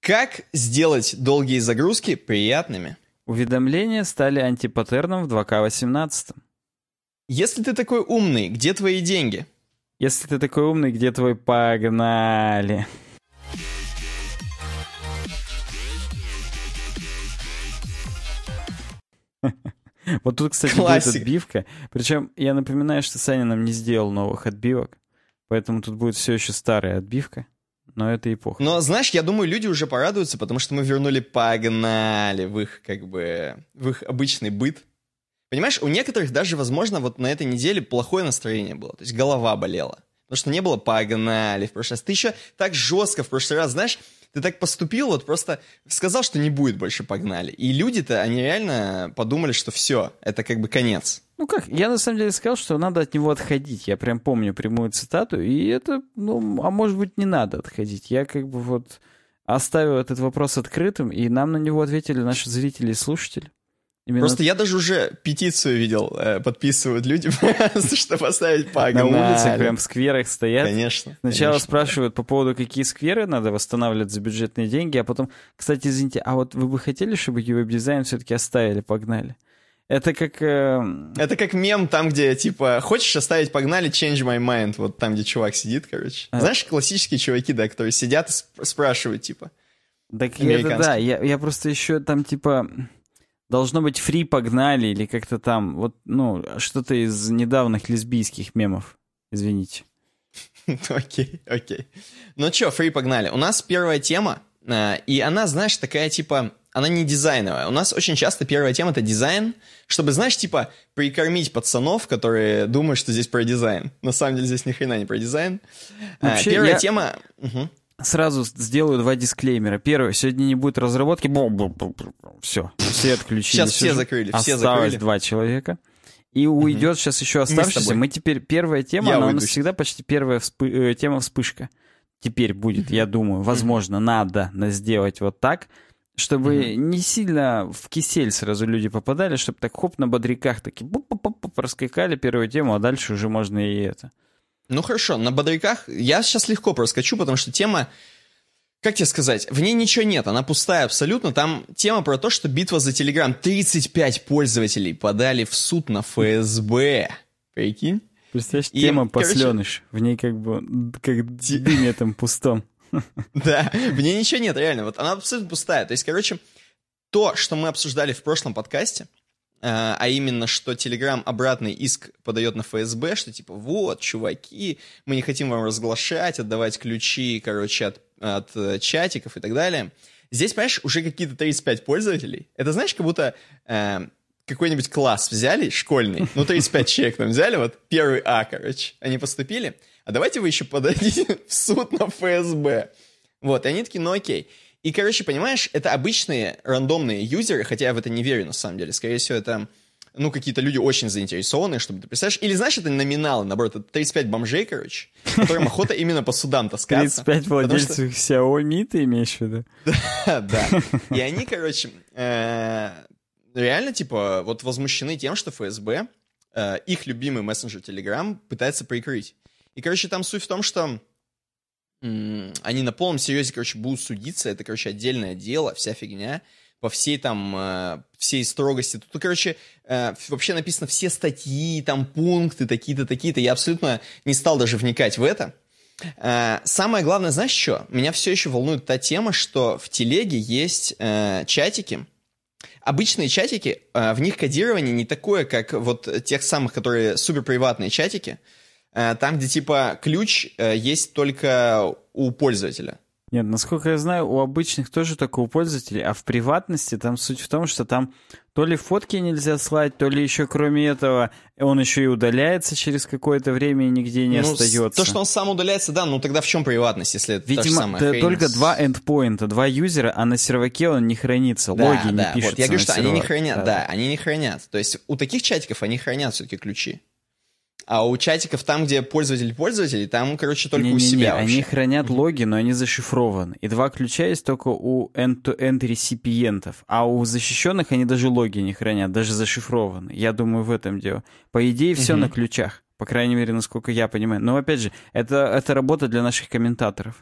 Как сделать долгие загрузки приятными? Уведомления стали антипаттерном в 2К18. Если ты такой умный, где твои деньги? Если ты такой умный, где твой погнали? Вот тут, кстати, будет отбивка. Причем я напоминаю, что Саня нам не сделал новых отбивок, поэтому тут будет все еще старая отбивка. Но это эпоха. Но, знаешь, я думаю, люди уже порадуются, потому что мы вернули погнали в их, в их обычный быт. Понимаешь, у некоторых даже, возможно, вот на этой неделе плохое настроение было, то есть голова болела. Потому что не было погнали в прошлый раз. Ты еще так жестко в прошлый раз, знаешь, ты так поступил, вот просто сказал, что не будет больше погнали. И люди-то, они реально подумали, что все, это как бы конец. Ну как, я на самом деле сказал, что надо от него отходить. Я прям помню прямую цитату, и это, а может быть, не надо отходить. Я как бы вот оставил этот вопрос открытым, и нам на него ответили наши зрители и слушатели. Именно... Просто я даже уже петицию видел, подписывают люди, чтобы поставить погнали. На улицах, прям в скверах стоят. Конечно. Сначала спрашивают по поводу, какие скверы надо восстанавливать за бюджетные деньги, а потом, кстати, извините, а вот вы бы хотели, чтобы веб-дизайн все-таки оставили погнали? Это как... Это как мем там, где, типа, хочешь оставить погнали, change my mind, вот там, где чувак сидит, короче. Знаешь, классические чуваки, да, которые сидят и спрашивают, типа, так это, да, я просто еще там, типа... Должно быть фри погнали или как-то там, вот, что-то из недавних лесбийских мемов. Извините. Окей. Ну что, фри погнали. У нас первая тема, и она, знаешь, такая, типа, она не дизайновая. У нас очень часто первая тема — это дизайн, чтобы, знаешь, типа, прикормить пацанов, которые думают, что здесь про дизайн. На самом деле здесь ни хрена не про дизайн. Вообще, первая тема... Сразу сделаю 2 дисклеймера. Первый, сегодня не будет разработки. Все отключились. Сейчас все закрыли. Осталось 2 человека. И уйдет сейчас еще оставшийся. Мы теперь, первая тема, она у нас всегда почти первая тема вспышка. Теперь будет, я думаю, возможно, надо сделать вот так, чтобы не сильно в кисель сразу люди попадали, чтобы так хоп на бодряках таки раскакали первую тему, а дальше уже можно и это. Ну хорошо, на бодряках я сейчас легко проскочу, потому что тема, как тебе сказать, в ней ничего нет, она пустая абсолютно. Там тема про то, что битва за Телеграм. 35 пользователей подали в суд на ФСБ. Прикинь? Представляешь, тема посленыш. В ней как бы, как дыме там пустом. Да, в ней ничего нет, реально. Вот она абсолютно пустая. То есть, короче, то, что мы обсуждали в прошлом подкасте, а именно, что Telegram обратный иск подает на ФСБ, что типа, вот, чуваки, мы не хотим вам разглашать, отдавать ключи, короче, от чатиков и так далее. Здесь, понимаешь, уже какие-то 35 пользователей. Это, знаешь, как будто какой-нибудь класс взяли, школьный, 35 человек там взяли, вот, первый А, короче, они поступили, а давайте вы еще подадите в суд на ФСБ. Вот, и они такие, окей. И, короче, понимаешь, это обычные рандомные юзеры, хотя я в это не верю, на самом деле. Скорее всего, это, какие-то люди очень заинтересованные, чтобы ты представляешь. Или, знаешь, это номиналы, наоборот, это 35 бомжей, короче, которым охота именно по судам таскаться. 35 владельцев Xiaomi, ты имеешь в виду? Да. И они, короче, реально, типа, вот возмущены тем, что ФСБ их любимый мессенджер Telegram пытается прикрыть. И, короче, там суть в том, что они на полном серьезе, короче, будут судиться. Это, короче, отдельное дело, вся фигня. По всей там, всей строгости. Тут, короче, вообще написано все статьи, там, пункты, такие-то, такие-то. Я абсолютно не стал даже вникать в это. Самое главное, знаешь что? Меня все еще волнует та тема, что в телеге есть чатики. Обычные чатики, в них кодирование не такое, как вот тех самых, которые суперприватные чатики. Там, где, типа, ключ есть только у пользователя. Нет, насколько я знаю, у обычных тоже только у пользователей, а в приватности там суть в том, что там то ли фотки нельзя слать, то ли еще, кроме этого, он еще и удаляется через какое-то время и нигде не остается. То, что он сам удаляется, да, тогда в чем приватность, если это та же самая хрень? Видимо, только 2 эндпоинта, 2 юзера, а на серваке он не хранится, логи не пишутся. Вот, я говорю, что они не хранят, они не хранят. То есть у таких чатиков они хранят все-таки ключи. А у чатиков там, где пользователи, там, короче, только у себя вообще. Они хранят логи, но они зашифрованы. И 2 ключа есть только у end-to-end реципиентов. А у защищенных они даже логи не хранят, даже зашифрованы. Я думаю, в этом дело. По идее, все на ключах. По крайней мере, насколько я понимаю. Но, опять же, это работа для наших комментаторов.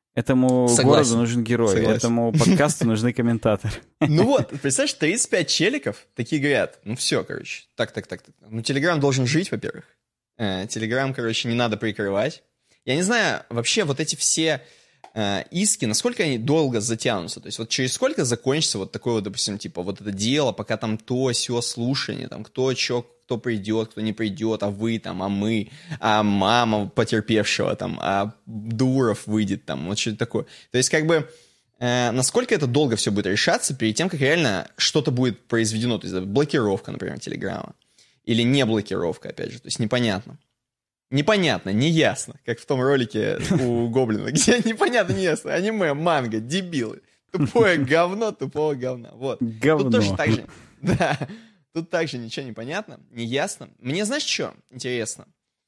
Этому городу нужен герой, этому подкасту нужны комментаторы. Ну вот, представляешь, 35 челиков такие говорят, ну все, короче, так. Ну, Телеграм должен жить, во-первых. Телеграм, короче, не надо прикрывать. Я не знаю, вообще вот эти все иски, насколько они долго затянутся. То есть вот через сколько закончится вот такое вот, допустим, типа вот это дело, пока там то, сё, слушание, там кто придет, кто не придет, а вы там, а мы, а мама потерпевшего там, а Дуров выйдет там, вот что-то такое. То есть как бы насколько это долго все будет решаться перед тем, как реально что-то будет произведено. То есть блокировка, например, Телеграма. Или не блокировка, опять же. То есть непонятно. Непонятно, неясно. Как в том ролике у Гоблина, где непонятно, неясно. Аниме, манга, дебилы. Тупое говно тупого говна. Вот. Говно. Тут тоже так же. Да. Тут также ничего не понятно, не ясно. Мне, знаешь, что интересно?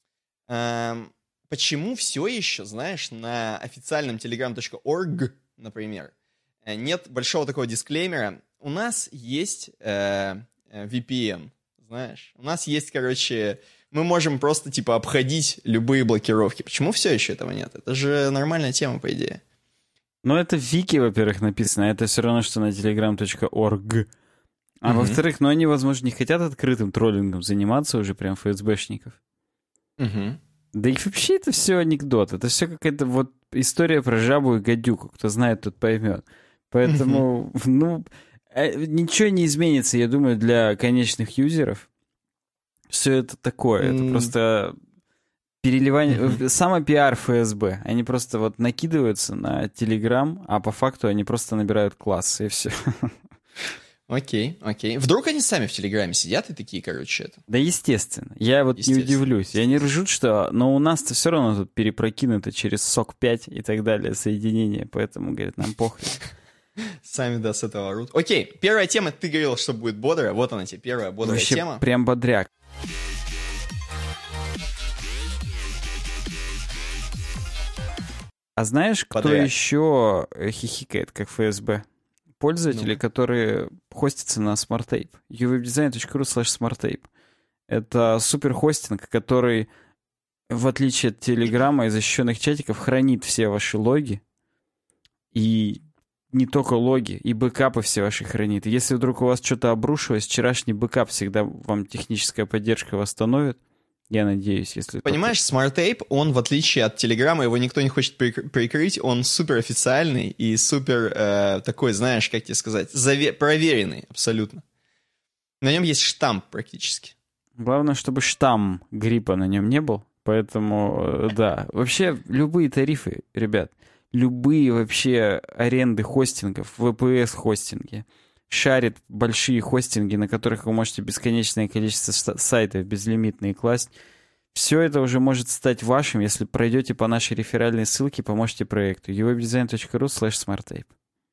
Почему все еще, знаешь, на официальном telegram.org, например, нет большого такого дисклеймера. У нас есть VPN, знаешь. У нас есть, короче, мы можем просто, типа, обходить любые блокировки. Почему все еще этого нет? Это же нормальная тема, по идее. Ну, это в Вики, во-первых, написано. Это все равно, что на telegram.org. А во-вторых, ну они, возможно, не хотят открытым троллингом заниматься уже прям ФСБшников. Да и вообще это все анекдот. Это все какая-то вот история про жабу и гадюку. Кто знает, тот поймет. Поэтому, ну, ничего не изменится, я думаю, для конечных юзеров. Все это такое. Это просто переливание... Самопиар ФСБ. Они просто вот накидываются на Телеграм, а по факту они просто набирают классы, и все. Окей. Вдруг они сами в Телеграме сидят и такие, короче, это... Да, естественно. Я вот не удивлюсь. И они ржут, что... Но у нас-то все равно тут перепрокинуто через СОК 5 и так далее соединение, поэтому, говорят, нам похрен. Сами, да, с этого орут. Окей, первая тема, ты говорил, что будет бодрая. Вот она тебе, первая бодрая вообще тема. Прям бодряк. А знаешь, кто еще хихикает, как ФСБ? Пользователи, которые хостятся на SmartTape. uwebdesign.ru/smarttape. Это суперхостинг, который, в отличие от Телеграма и защищенных чатиков, хранит все ваши логи. И не только логи, и бэкапы все ваши хранит. И если вдруг у вас что-то обрушилось, вчерашний бэкап всегда вам техническая поддержка восстановит. Я надеюсь, если... Понимаешь, SmartTape, он, в отличие от Телеграма, его никто не хочет прикрыть, он супер официальный и супер такой, знаешь, как тебе сказать, проверенный абсолютно. На нем есть штамп практически. Главное, чтобы штамм гриппа на нем не был, поэтому, да. Вообще, любые тарифы, ребят, любые вообще аренды хостингов, VPS-хостинги, шарит большие хостинги, на которых вы можете бесконечное количество сайтов безлимитные класть. Все это уже может стать вашим, если пройдете по нашей реферальной ссылке, поможете проекту uwebdesign.ru/smarttape.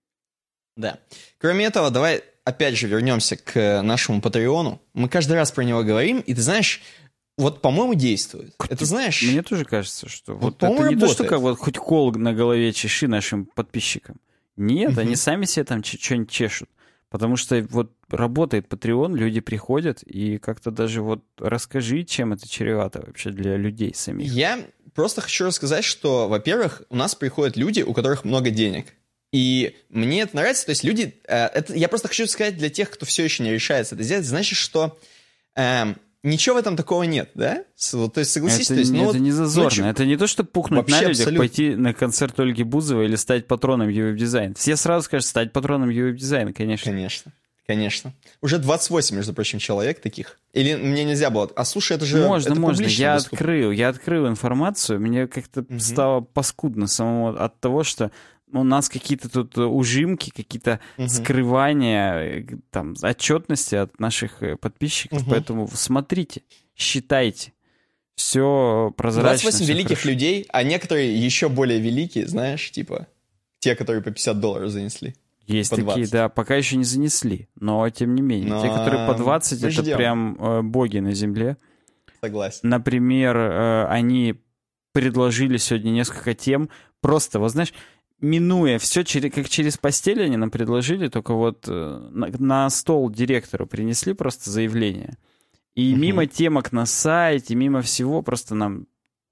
Да. Кроме этого, давай опять же вернемся к нашему Патреону. Мы каждый раз про него говорим, и ты знаешь, вот, по-моему, действует. Это знаешь... Мне тоже кажется, что вот это не работает. То, что как вот хоть кол на голове чеши нашим подписчикам. Нет, они сами себе там что-нибудь чешут. Потому что вот работает Patreon, люди приходят, и как-то даже вот расскажи, чем это чревато вообще для людей самих. Я просто хочу рассказать, что, во-первых, у нас приходят люди, у которых много денег. И мне это нравится, то есть люди... я просто хочу сказать для тех, кто все еще не решается это сделать, значит, что... ничего в этом такого нет, да? То есть, согласись, это, то есть... это не зазорно. Это не то, чтобы пухнуть вообще на людях, абсолютно. Пойти на концерт Ольги Бузовой или стать патроном uwebdesign. Все сразу скажут, стать патроном uwebdesign, конечно. Конечно. Уже 28, между прочим, человек таких. Или мне нельзя было... А слушай, это же... Можно. Я открыл информацию, мне как-то стало паскудно самому от того, что у нас какие-то тут ужимки, какие-то скрывания, там, отчетности от наших подписчиков, поэтому смотрите, считайте. Все прозрачно. 28 великих людей, а некоторые еще более великие, знаешь, типа те, которые по $50 занесли. Есть такие, да, пока еще не занесли, но тем не менее. Те, которые по 20, это ждем. Прям боги на земле. Согласен. Например, они предложили сегодня несколько тем, просто, вот знаешь, минуя все, как через постель они нам предложили, только вот на стол директору принесли просто заявление. И мимо темок на сайте, мимо всего просто нам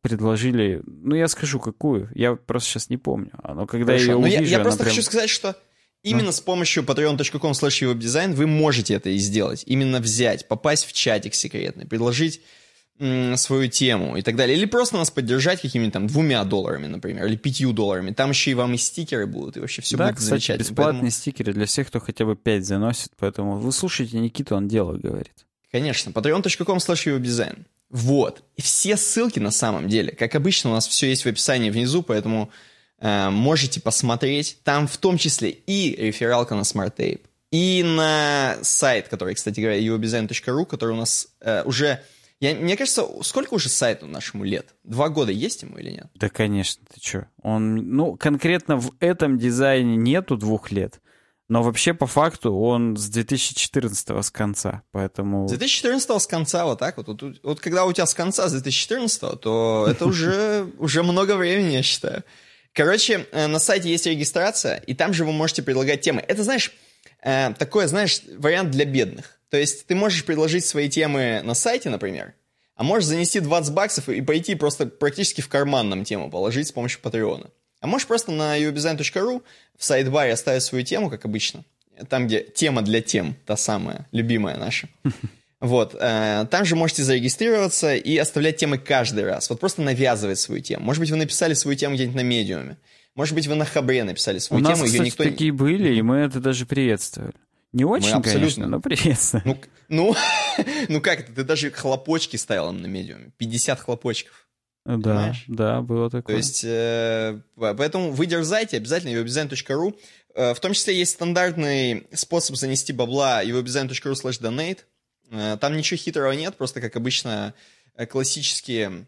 предложили... Ну, я скажу, какую. Я просто сейчас не помню. Но когда Хорошо. я ее увижу... Я просто хочу сказать, что именно с помощью patreon.com/webdesign вы можете это и сделать. Именно взять, попасть в чатик секретный, предложить свою тему и так далее. Или просто нас поддержать какими-то там $2, например, или $5. Там еще и вам и стикеры будут, и вообще все будет замечательно. Да, бесплатные стикеры для всех, кто хотя бы 5 заносит, поэтому вы слушайте Никиту, он дело говорит. Конечно, patreon.com/webdesign. Вот. И все ссылки на самом деле, как обычно, у нас все есть в описании внизу, поэтому можете посмотреть. Там в том числе и рефералка на Smart Tape, и на сайт, который, кстати говоря, uwebdesign.ru, который у нас уже... Мне кажется, сколько уже сайту нашему лет? 2 года есть ему или нет? Да, конечно, ты что? Конкретно в этом дизайне нету 2 лет, но вообще по факту он с 2014 с конца, поэтому... С 2014 с конца, вот так вот. Вот когда у тебя с конца, с 2014, то это уже много времени, я считаю. Короче, на сайте есть регистрация, и там же вы можете предлагать темы. Это, знаешь, такой, вариант для бедных. То есть ты можешь предложить свои темы на сайте, например, а можешь занести $20 и пойти просто практически в карман нам тему положить с помощью Патреона. А можешь просто на uwebdesign.ru в сайдбаре оставить свою тему, как обычно. Там, где тема для тем, та самая, любимая наша. Вот. Там же можете зарегистрироваться и оставлять темы каждый раз. Вот просто навязывать свою тему. Может быть, вы написали свою тему где-нибудь на Медиуме. Может быть, вы на Хабре написали свою тему. У нас, кстати, такие были, и мы это даже приветствовали. Не очень, конечно, но приветствую. Ну, как это? Ты даже хлопочки ставил на Медиуме. 50 хлопочков. Понимаешь? Да, было такое. То есть, поэтому вы дерзайте, обязательно uwebdesign.ru. В том числе есть стандартный способ занести бабла uwebdesign.ru/donate. Там ничего хитрого нет, просто, как обычно, классические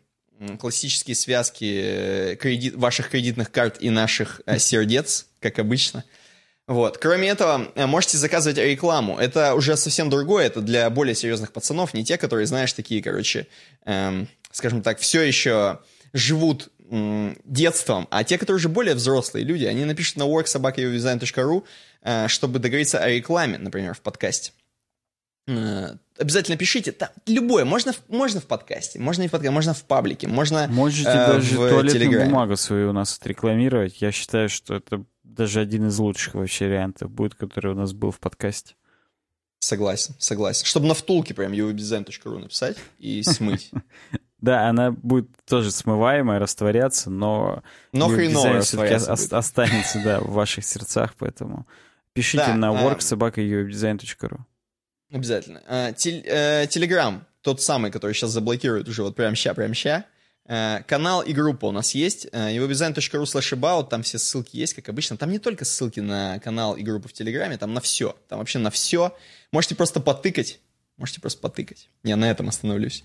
связки ваших кредитных карт и наших сердец, как обычно. Вот. Кроме этого, можете заказывать рекламу. Это уже совсем другое, это для более серьезных пацанов, не те, которые, знаешь, такие, скажем так, все еще живут детством, а те, которые уже более взрослые люди, они напишут на work@uwebdesign.ru, чтобы договориться о рекламе, например, в подкасте. Обязательно пишите. Там, любое. Можно в подкасте, можно не в подкасте, можно в паблике, можно можете даже туалетную Телеграме. Бумагу свою у нас отрекламировать. Я считаю, что это даже один из лучших вообще вариантов будет, который у нас был в подкасте. Согласен. Чтобы на втулке прям uwebdesign.ru написать и смыть. Да, она будет тоже смываемая, растворяться, но хреново все-таки останется, да, в ваших сердцах, поэтому пишите на work@uwebdesign.ru. Обязательно. Телеграм, тот самый, который сейчас заблокирует уже вот прям ща. Канал и группа у нас есть. uwebdesign.ru/about, там все ссылки есть, как обычно. Там не только ссылки на канал и группу в Телеграме, там на все. Там вообще на все. Можете просто потыкать. Я на этом остановлюсь.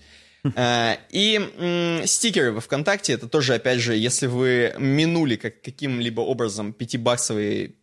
И стикеры во ВКонтакте, это тоже, опять же, если вы минули каким-либо образом 5-баксовый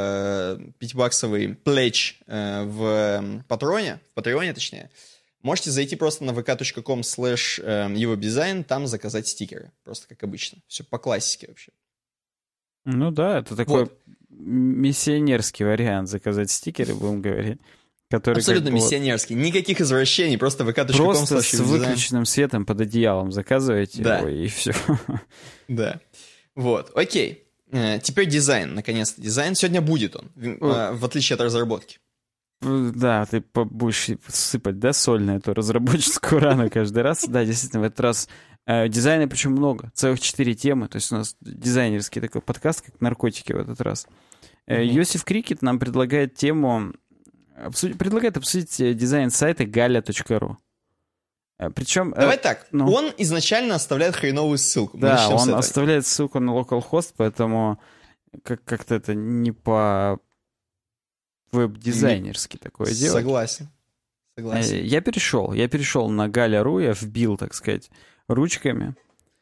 пледж в Патреоне, точнее, можете зайти просто на vk.com/uwebdesign, там заказать стикеры, просто как обычно. Все по классике вообще. Ну да, это такой миссионерский вариант заказать стикеры, будем говорить. Абсолютно миссионерский. Никаких извращений, просто vk.com/uwebdesign. Просто с выключенным светом под одеялом заказываете его, и все. Да. Вот, окей. Теперь дизайн, наконец-то дизайн. Сегодня будет он, в отличие от разработки. Да, ты будешь сыпать, да, соль на эту разработческую рану каждый раз. Да, действительно, в этот раз дизайна причем много, целых 4 темы. То есть у нас дизайнерский такой подкаст, как наркотики в этот раз. Йосиф Крикет нам предлагает тему... Предлагает обсудить дизайн сайта galia.ru. Причем... Давай так, он изначально оставляет хреновую ссылку. Да, он оставляет ссылку на localhost, поэтому как-то это не по веб-дизайнерски такое дело. Согласен. Я перешел на Galia.ru, я вбил, так сказать, ручками.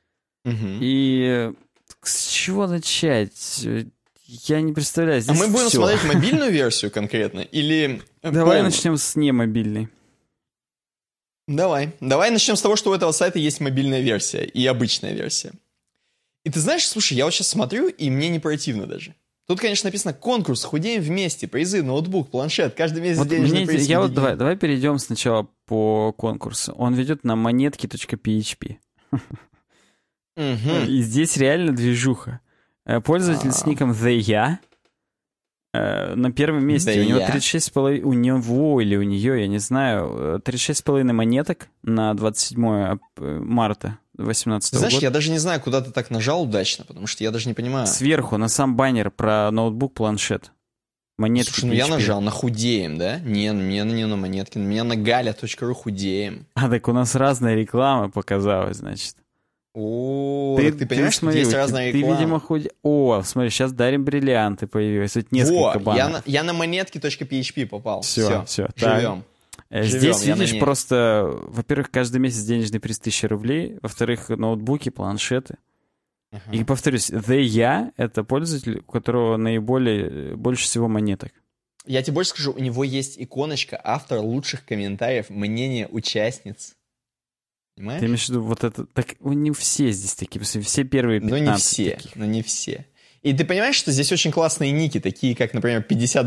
И с чего начать? Я не представляю. Здесь мы будем смотреть мобильную версию конкретно? Или... Давай начнем с немобильной. Давай начнем с того, что у этого сайта есть мобильная версия и обычная версия. И ты знаешь, слушай, я вот сейчас смотрю, и мне не противно даже. Тут, конечно, написано «Конкурс, худеем вместе, призы, ноутбук, планшет, каждый месяц денежный приз». Давай перейдем сначала по конкурсу. Он ведет на монетки.php. И здесь реально движуха. Пользователь с ником TheYa на первом месте. У него 36,5... У него или у нее, я не знаю, 36,5 монеток на 27 марта 2018 года. Знаешь, я даже не знаю, куда ты так нажал удачно, потому что я даже не понимаю. Сверху, на сам баннер про ноутбук, планшет. Монетки. Слушай, я нажал на худеем, да? Не на монетки, у меня на galia.ru худеем. Так у нас разная реклама показалась, значит. Ты понимаешь, что есть разная реклама? Ты, видимо, смотри, сейчас дарим бриллианты появилось. Тут несколько баннеров. Я на монетки.php попал. Все. Живем. Здесь, видишь, просто, во-первых, каждый месяц денежный приз 1000 рублей, во-вторых, ноутбуки, планшеты. И повторюсь, TheYa — это пользователь, у которого больше всего монеток. Я тебе больше скажу, у него есть иконочка «Автор лучших комментариев, мнение участниц». Понимаешь? Ты имеешь в виду вот это... Так не все здесь такие, все первые 15 таких. Но не все. И ты понимаешь, что здесь очень классные ники, такие как, например,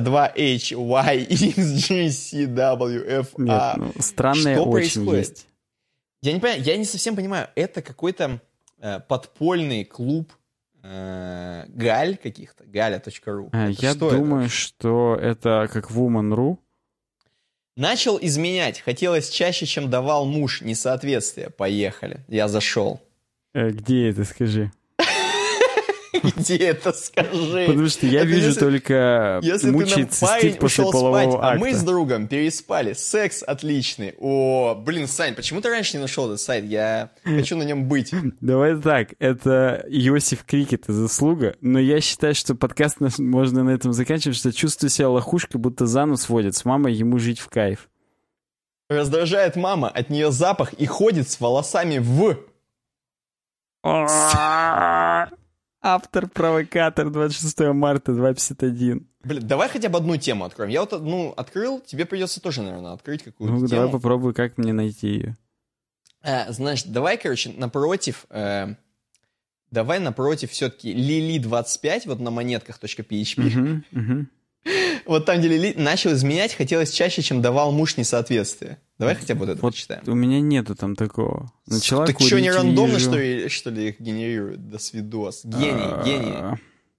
52HYXGCWFA. Нет, странные что очень происходит? Есть. Я не совсем понимаю, это какой-то подпольный клуб галь каких-то, galia.ru. Я думаю, что это как Woman.ru. Начал изменять. Хотелось чаще, чем давал муж. Несоответствие. Поехали. Я зашел. Где это, скажи? Где это, скажи? Потому что я вижу только мучается стить после полового акта. А мы с другом переспали. Секс отличный. О, блин, Сань, почему ты раньше не нашел этот сайт? Я хочу на нем быть. Давай так, это Иосиф Крикет заслуга, но я считаю, что подкаст можно на этом заканчивать, что чувствую себя лохушкой, будто за нос водит с мамой ему жить в кайф. Раздражает мама, от нее запах и ходит с волосами в... Автор-провокатор, 26 марта, 2:51. Блин, давай хотя бы одну тему откроем. Я вот одну открыл, тебе придется тоже, наверное, открыть какую-то тему. Давай попробуй, как мне найти ее. Значит, давай, напротив все-таки Lili25, вот на монетках.php. Вот там, где Лили начал изменять, хотелось чаще, чем давал муж несоответствие. Давай хотя бы вот это почитаем. У меня нету там такого. Начала так что, не рандомно, что ли, их генерируют? До свидос. Гений.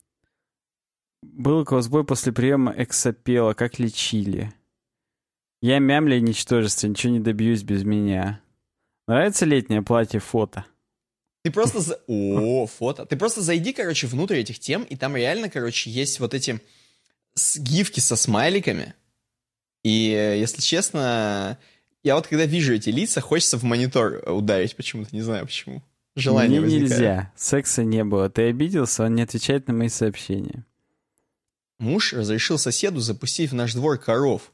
Был ковбой после приема эксапела. Как лечили? Я мямля ничтожество, ничего не добьюсь без меня. Нравится летнее платье фото? Ты просто... фото. Ты просто зайди, внутрь этих тем, и там реально, есть вот эти... гифки со смайликами. И, если честно, я вот когда вижу эти лица, хочется в монитор ударить почему-то, не знаю почему. Желание Мне возникает. Нельзя, секса не было. Ты обиделся, он не отвечает на мои сообщения. Муж разрешил соседу запустить в наш двор коров.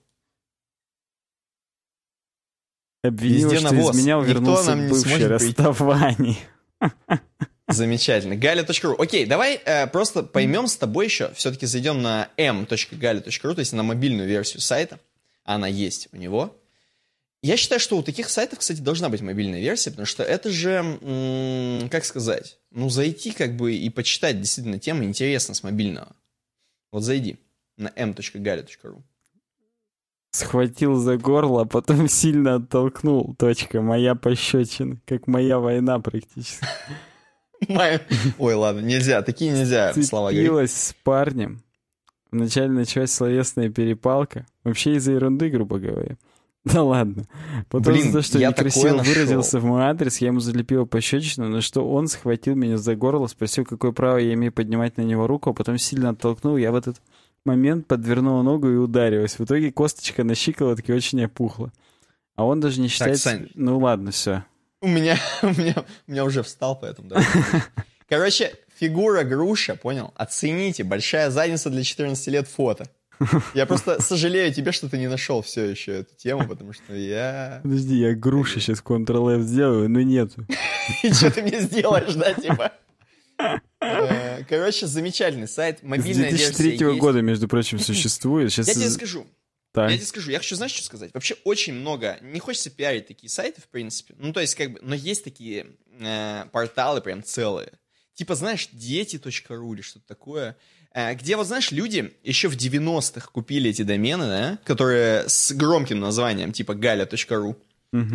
Обвинил, что изменял, вернулся бывший расставание. Замечательно. Galia.ru. Окей, давай просто поймем с тобой еще. Все-таки зайдем на m.galia.ru, то есть на мобильную версию сайта. Она есть у него. Я считаю, что у таких сайтов, кстати, должна быть мобильная версия, потому что это же, как сказать, зайти и почитать действительно тему интересно с мобильного. Вот зайди на m.galia.ru. Схватил за горло, а потом сильно оттолкнул. Точка. Моя пощечина. Как моя война практически. Ой, ладно, нельзя, такие нельзя слова говорить. Сцепилась с парнем. Вначале началась словесная перепалка. Вообще из-за ерунды, грубо говоря. Да ладно. Потом за то, что я некрасиво выразился в мой адрес, я ему залепил пощечину, на что он схватил меня за горло, спросил, какое право я имею поднимать на него руку, а потом сильно оттолкнул. Я в этот момент подвернула ногу и ударилась. В итоге косточка на щиколотке очень опухла. А он даже не считает... Так, Сань, ладно, все. У меня уже встал, поэтому... Фигура груша, понял? Оцените, большая задница для 14 лет фото. Я просто сожалею тебе, что ты не нашел все еще эту тему, потому что я... Подожди, я груши сейчас Ctrl-F сделаю, но нету. И что ты мне сделаешь, да, типа? Замечательный сайт, мобильная версия есть. С 2003 года, между прочим, существует. Я тебе скажу. Я хочу, знаешь, что сказать? Вообще очень много, не хочется пиарить такие сайты, в принципе. Но есть такие порталы прям целые. Типа, знаешь, дети.ру или что-то такое. Где, вот знаешь, люди еще в 90-х купили эти домены, да, которые с громким названием, типа galia.ru.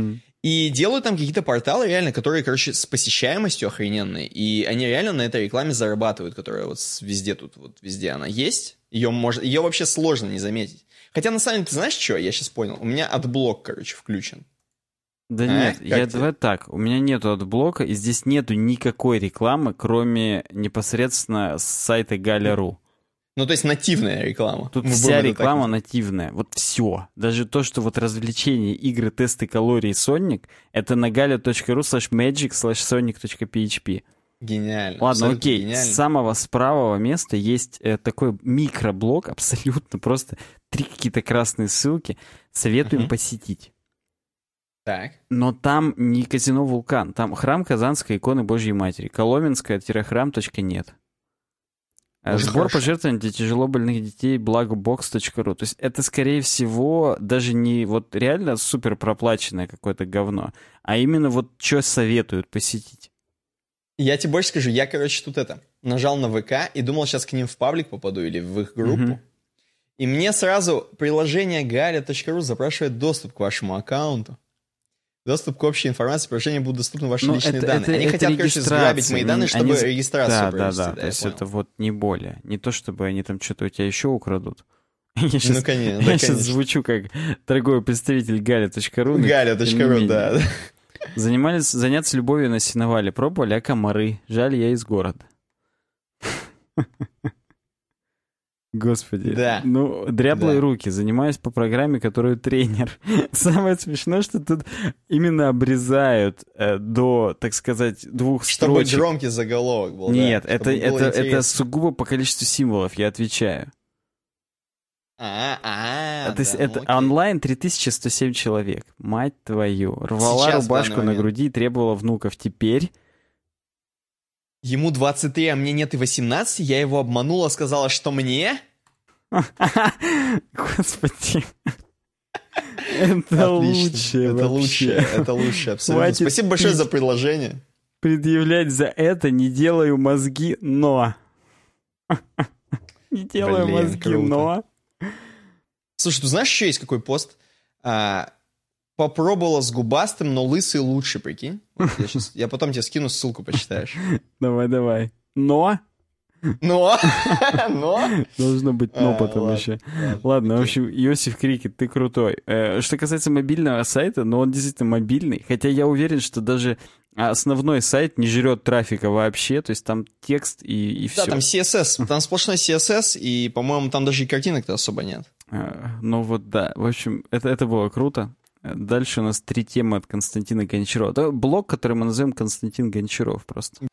И делают там какие-то порталы реально, которые, короче, с посещаемостью охрененной. И они реально на этой рекламе зарабатывают, которая вот везде тут, вот везде она есть. Ее вообще сложно не заметить. Хотя, на самом деле, ты знаешь что? Я сейчас понял. У меня отблок, короче, включен. Да нет, давай так. У меня нету отблока, и здесь нету никакой рекламы, кроме непосредственно сайта Galia.ru. Ну, то есть нативная реклама. Тут вся реклама нативная. Вот все. Даже то, что вот развлечения, игры, тесты калорий, Sonic, это на galia.ru/magic/sonic.php. Гениально. Ладно, окей. Гениально. С самого правого места есть такой микроблог, абсолютно просто 3 какие-то красные ссылки. Советуем посетить. Так. Но там не казино «Вулкан», там храм Казанской иконы Божьей Матери. Коломенская-храм.нет. Сбор пожертвований для тяжело больных детей благобокс.ру. То есть это, скорее всего, даже не вот реально супер проплаченное какое-то говно, а именно вот что советуют посетить. Я тебе больше скажу, я, короче, тут нажал на ВК и думал, сейчас к ним в паблик попаду или в их группу. И мне сразу приложение galia.ru запрашивает доступ к вашему аккаунту. Доступ к общей информации, приложение будут доступны ваши личные данные. Они хотят, короче, сграбить мои данные, чтобы регистрацию провести. Да, то есть это вот не более. Не то, чтобы они там что-то у тебя еще украдут. Я сейчас звучу как торговый представитель galia.ru. Galia.ru, да. Заняться любовью на сеновале. Пробовали, а комары. Жаль, я из города. Господи. Да. Ну, дряблые руки. Занимаюсь по программе, которую тренер. Самое смешное, что тут именно обрезают до, так сказать, 2 строчек. Чтобы громкий заголовок был. Нет, да, это сугубо по количеству символов, я отвечаю. Это онлайн 3107 человек. Мать твою. Рвала сейчас рубашку на груди и требовала внуков. Теперь... Ему 23, а мне нет и 18. Я его обманула, сказала, что мне... Господи. Это лучше. Это лучше, абсолютно. Спасибо большое за предложение. Предъявлять за это не делаю мозги, но... Не делаю мозги, но... Слушай, ты знаешь, еще есть какой пост? Попробовала с губастым, но лысый лучше, прикинь. Вот я потом тебе скину ссылку, почитаешь. Давай. Но? Должно быть но потом еще. Ладно, в общем, Иосиф Крикет, ты крутой. Что касается мобильного сайта, но он действительно мобильный. Хотя я уверен, что даже основной сайт не жрет трафика вообще. То есть там текст и все. Да, там CSS. Там сплошной CSS, и, по-моему, там даже и картинок-то особо нет. Ну вот да. В общем, это было круто. Дальше у нас 3 темы от Константина Гончарова. Это блог, который мы назовем Константин Гончаров просто.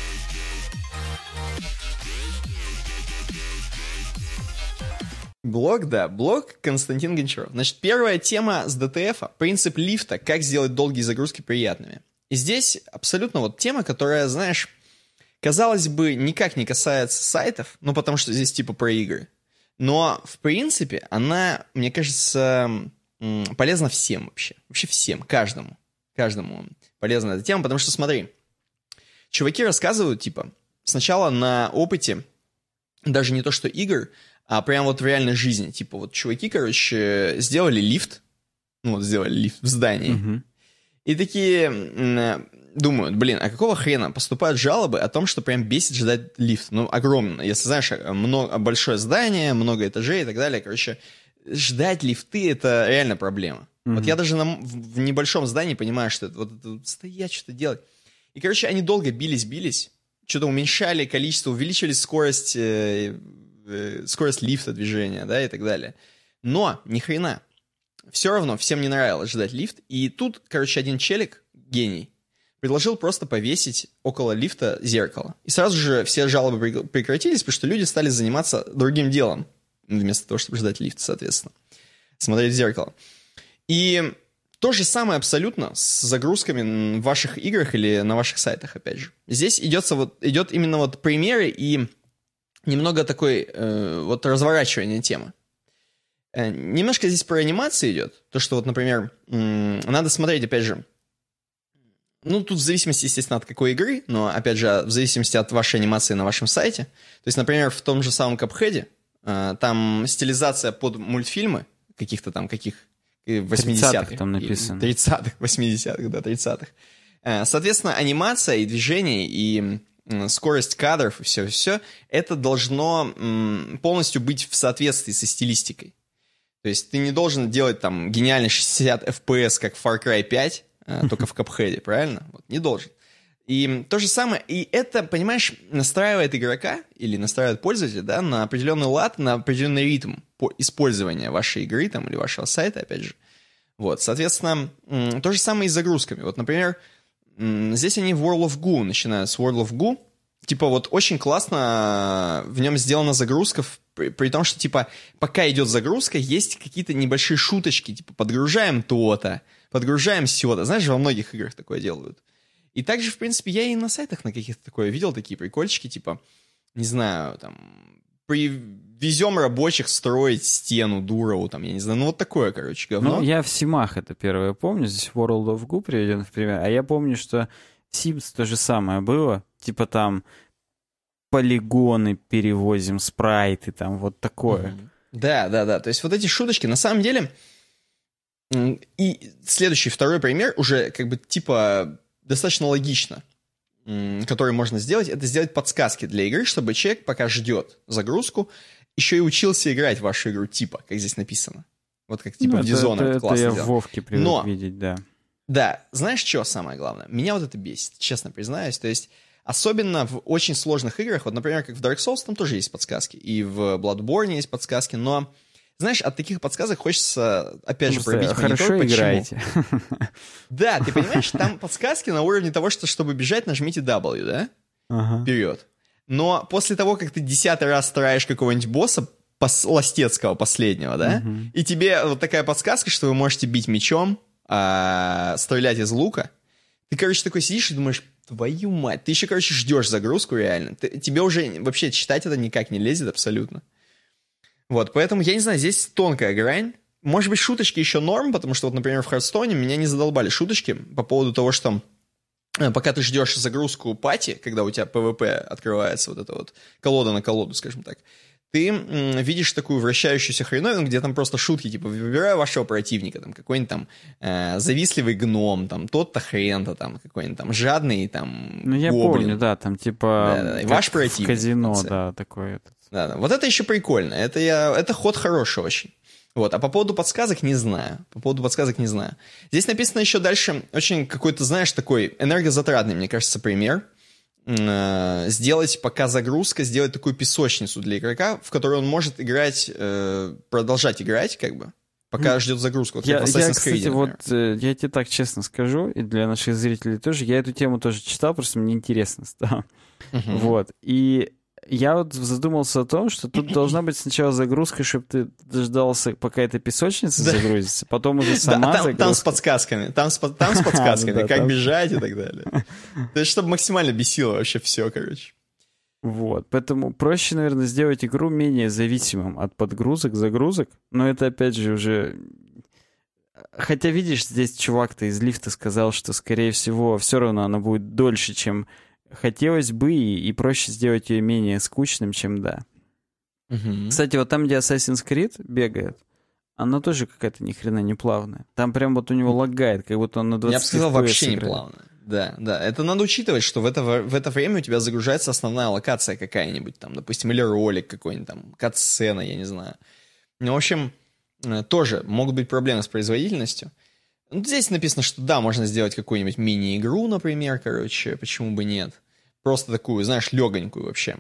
Блог, да. Блог Константин Гончаров. Значит, первая тема с ДТФа. Принцип лифта. Как сделать долгие загрузки приятными. И здесь абсолютно вот тема, которая, знаешь, казалось бы, никак не касается сайтов, ну, потому что здесь типа про игры. Но, в принципе, она, мне кажется... полезно всем вообще. Вообще всем, каждому. Каждому полезна эта тема, потому что, смотри, чуваки рассказывают, типа, сначала на опыте, даже не то что игр, а прям вот в реальной жизни. Типа, вот чуваки, короче, сделали лифт, в здании, и такие думают, блин, а какого хрена поступают жалобы о том, что прям бесит ждать лифт? Ну, огромно. Если, знаешь, большое здание, много этажей и так далее, короче... Ждать лифты — это реально проблема. Вот я даже в небольшом здании понимаю, что это стоять, что-то делать. И, короче, они долго бились, что-то уменьшали количество, увеличивали скорость лифта движения, да, и так далее. Но ни хрена. Все равно всем не нравилось ждать лифт. И тут, короче, один челик, гений, предложил просто повесить около лифта зеркало. И сразу же все жалобы прекратились, потому что люди стали заниматься другим делом. Вместо того, чтобы ждать лифт, соответственно. Смотреть в зеркало. И то же самое абсолютно с загрузками в ваших играх или на ваших сайтах, опять же. Здесь идет именно вот примеры и немного такой вот разворачивание темы. Немножко здесь про анимацию идет. То, что вот, например, надо смотреть, опять же, ну, тут в зависимости, естественно, от какой игры, но, опять же, в зависимости от вашей анимации на вашем сайте. То есть, например, в том же самом Cuphead там стилизация под мультфильмы каких-то там, каких 80-х. 30-х там написано. 30-х, 80-х, да, 30-х. Соответственно, анимация и движение, и скорость кадров, и все, это должно полностью быть в соответствии со стилистикой. То есть ты не должен делать там гениальный 60 FPS, как в Far Cry 5, только в Cuphead, правильно? Вот, не должен. И то же самое, и это, понимаешь, настраивает игрока или настраивает пользователя, да, на определенный лад, на определенный ритм использования вашей игры там, или вашего сайта, опять же. Вот, соответственно, то же самое и с загрузками. Вот, например, здесь они в World of Goo начинают с World of Goo. Типа вот очень классно в нем сделана загрузка, при том, что типа пока идет загрузка, есть какие-то небольшие шуточки, типа подгружаем то-то, подгружаем сё-то. Знаешь, во многих играх такое делают. И также, в принципе, я и на сайтах на каких-то такое видел, такие прикольчики, типа, не знаю, там, привезем рабочих строить стену Дурову, там, я не знаю, ну вот такое, короче, говно. Ну, я в Симах это первое помню, здесь World of Goo приведен в пример, а я помню, что в Sims то же самое было, типа там полигоны перевозим, спрайты, там, вот такое. Да, то есть вот эти шуточки, на самом деле, и следующий, второй пример, уже как бы типа достаточно логично, который можно сделать, это сделать подсказки для игры, чтобы человек, пока ждет загрузку, еще и учился играть в вашу игру, типа, как здесь написано. Вот как типа в Dishonored классно это я в Вовке привык видеть, да. Да, знаешь, что самое главное? Меня вот это бесит, честно признаюсь. То есть, особенно в очень сложных играх, вот, например, как в Dark Souls, там тоже есть подсказки, и в Bloodborne есть подсказки, но, знаешь, от таких подсказок хочется, опять же, пробить монитор. Хорошо играете. Да, ты понимаешь, там подсказки на уровне того, что, чтобы бежать, нажмите W, да? Вперед. Но после того, как ты 10-й раз стараешь какого-нибудь босса, Ластецкого последнего, да, и тебе вот такая подсказка, что вы можете бить мечом, стрелять из лука, ты, короче, такой сидишь и думаешь, твою мать, ты еще, короче, ждешь загрузку реально. Тебе уже вообще читать это никак не лезет абсолютно. Вот, поэтому, я не знаю, здесь тонкая грань. Может быть, шуточки еще норм, потому что, вот, например, в Хардстоуне меня не задолбали шуточки по поводу того, что пока ты ждешь загрузку пати, когда у тебя PvP открывается, вот эта вот колода на колоду, скажем так, ты видишь такую вращающуюся хреновину, где там просто шутки, типа, выбираю вашего противника, там, какой-нибудь там завистливый гном, там, тот-то хрен-то, там, какой-нибудь там жадный, там, ну, я гоблин. помню, да, там, типа, да, ваш противник. В казино, да, такое. Да, вот это еще прикольно, это ход хороший очень. Вот, а по поводу подсказок не знаю. Здесь написано еще дальше очень какой-то, знаешь, такой энергозатратный, мне кажется, пример. Сделать, пока загрузка, сделать такую песочницу для игрока, в которой он может играть, продолжать играть, как бы, пока ждет загрузку. Вот я, кстати, вот я тебе так честно скажу, и для наших зрителей тоже, я эту тему тоже читал, просто мне интересно стало. Вот, и я вот задумался о том, что тут должна быть сначала загрузка, чтобы ты дождался, пока эта песочница загрузится, потом уже сама загрузка. Там с подсказками, как бежать и так далее. То есть, чтобы максимально бесило вообще все, короче. Вот, поэтому проще, наверное, сделать игру менее зависимым от подгрузок, загрузок, но это, опять же, уже... Хотя, видишь, здесь чувак-то из лифта сказал, что, скорее всего, все равно она будет дольше, чем... Хотелось бы, и проще сделать ее менее скучным, чем да. Кстати, вот там, где Assassin's Creed бегает, она тоже какая-то ни хрена не плавная. Там прям вот у него лагает, как будто он на 20 Я бы сказал, вообще не плавная. Да. Это надо учитывать, что в это время у тебя загружается основная локация какая-нибудь, там, допустим, или ролик какой-нибудь, там, кат-сцена, я не знаю. Ну, в общем, тоже могут быть проблемы с производительностью. Ну, здесь написано, что да, можно сделать какую-нибудь мини-игру, например, короче, почему бы нет. Просто такую, знаешь, легонькую вообще.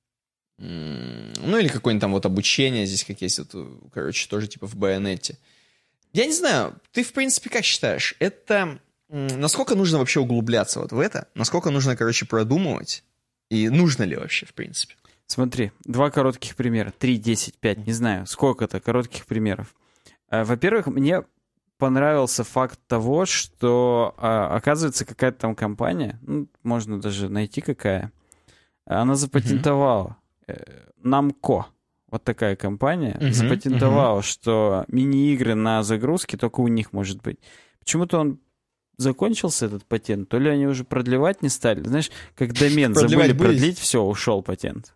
Ну, или какое-нибудь там вот обучение здесь, как есть, вот, короче, тоже типа в Байонетте. Я не знаю, ты, в принципе, как считаешь, это... Насколько нужно вообще углубляться вот в это? Насколько нужно, короче, продумывать? И нужно ли вообще, в принципе? Смотри, 2 коротких примера. 3, 10, 5, не знаю, сколько-то коротких примеров. Во-первых, мне... понравился факт того, что, оказывается, какая-то там компания, ну, можно даже найти какая, она запатентовала, Namco, вот такая компания, запатентовала, что мини-игры на загрузке только у них может быть. Почему-то он закончился, этот патент, то ли они уже продлевать не стали, знаешь, как домен забыли продлить, все, ушел патент.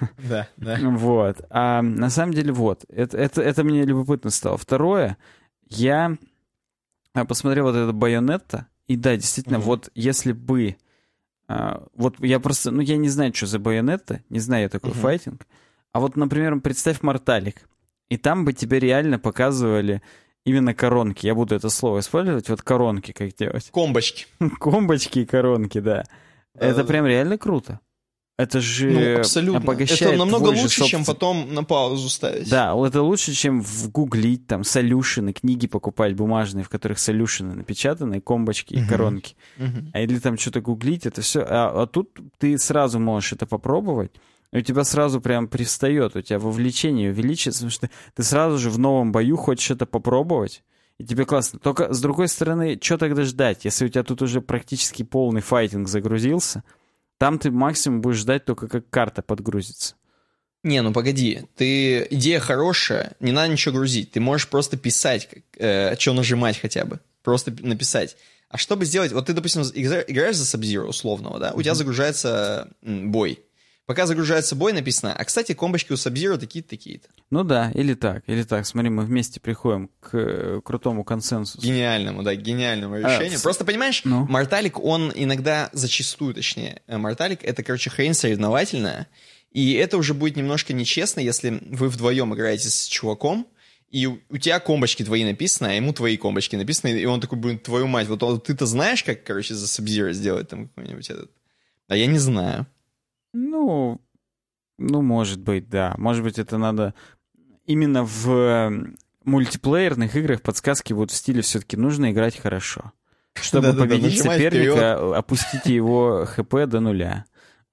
Да. Вот, а на самом деле вот, это мне любопытно стало. Второе, Я посмотрел вот это Байонетта, и да, действительно, вот если бы... вот я просто... Ну, я не знаю, что за Байонетта, не знаю я такой файтинг. А вот, например, представь Морталик, и там бы тебе реально показывали именно коронки. Я буду это слово использовать. Вот коронки как делать. Комбочки. Комбочки и коронки, да. Это прям реально круто. Это же обогащает. Это намного лучше, же чем потом на паузу ставить. Да, это лучше, чем гуглить, там, солюшены, книги покупать бумажные, в которых солюшены напечатаны, комбочки и коронки. А или там что-то гуглить, это все. А тут ты сразу можешь это попробовать, и у тебя сразу прям привстает, у тебя вовлечение увеличится, потому что ты сразу же в новом бою хочешь это попробовать, и тебе классно. Только, с другой стороны, что тогда ждать, если у тебя тут уже практически полный файтинг загрузился, там ты максимум будешь ждать только, как карта подгрузится. Не, ну погоди, идея хорошая, не надо ничего грузить, ты можешь просто писать, что нажимать хотя бы, просто написать. А чтобы сделать, вот ты, допустим, играешь за Sub-Zero условного, да, у тебя загружается бой. Пока загружается бой, написано, а, кстати, комбочки у Sub-Zero такие-то, такие-то. Ну да, или так. Смотри, мы вместе приходим к крутому консенсусу. Гениальному решению. Просто, понимаешь, Морталик, он иногда, зачастую, точнее, Морталик — это, короче, хрень соревновательная, и это уже будет немножко нечестно, если вы вдвоем играете с чуваком, и у тебя комбочки твои написаны, а ему твои комбочки написаны, и он такой, блин, твою мать, вот ты-то знаешь, как, короче, за Sub-Zero сделать там какой-нибудь этот? А я не знаю. Ну, может быть, да. Может быть, это надо... Именно в мультиплеерных играх подсказки будут в стиле все-таки нужно играть хорошо. Чтобы победить соперника, опустите его ХП до нуля.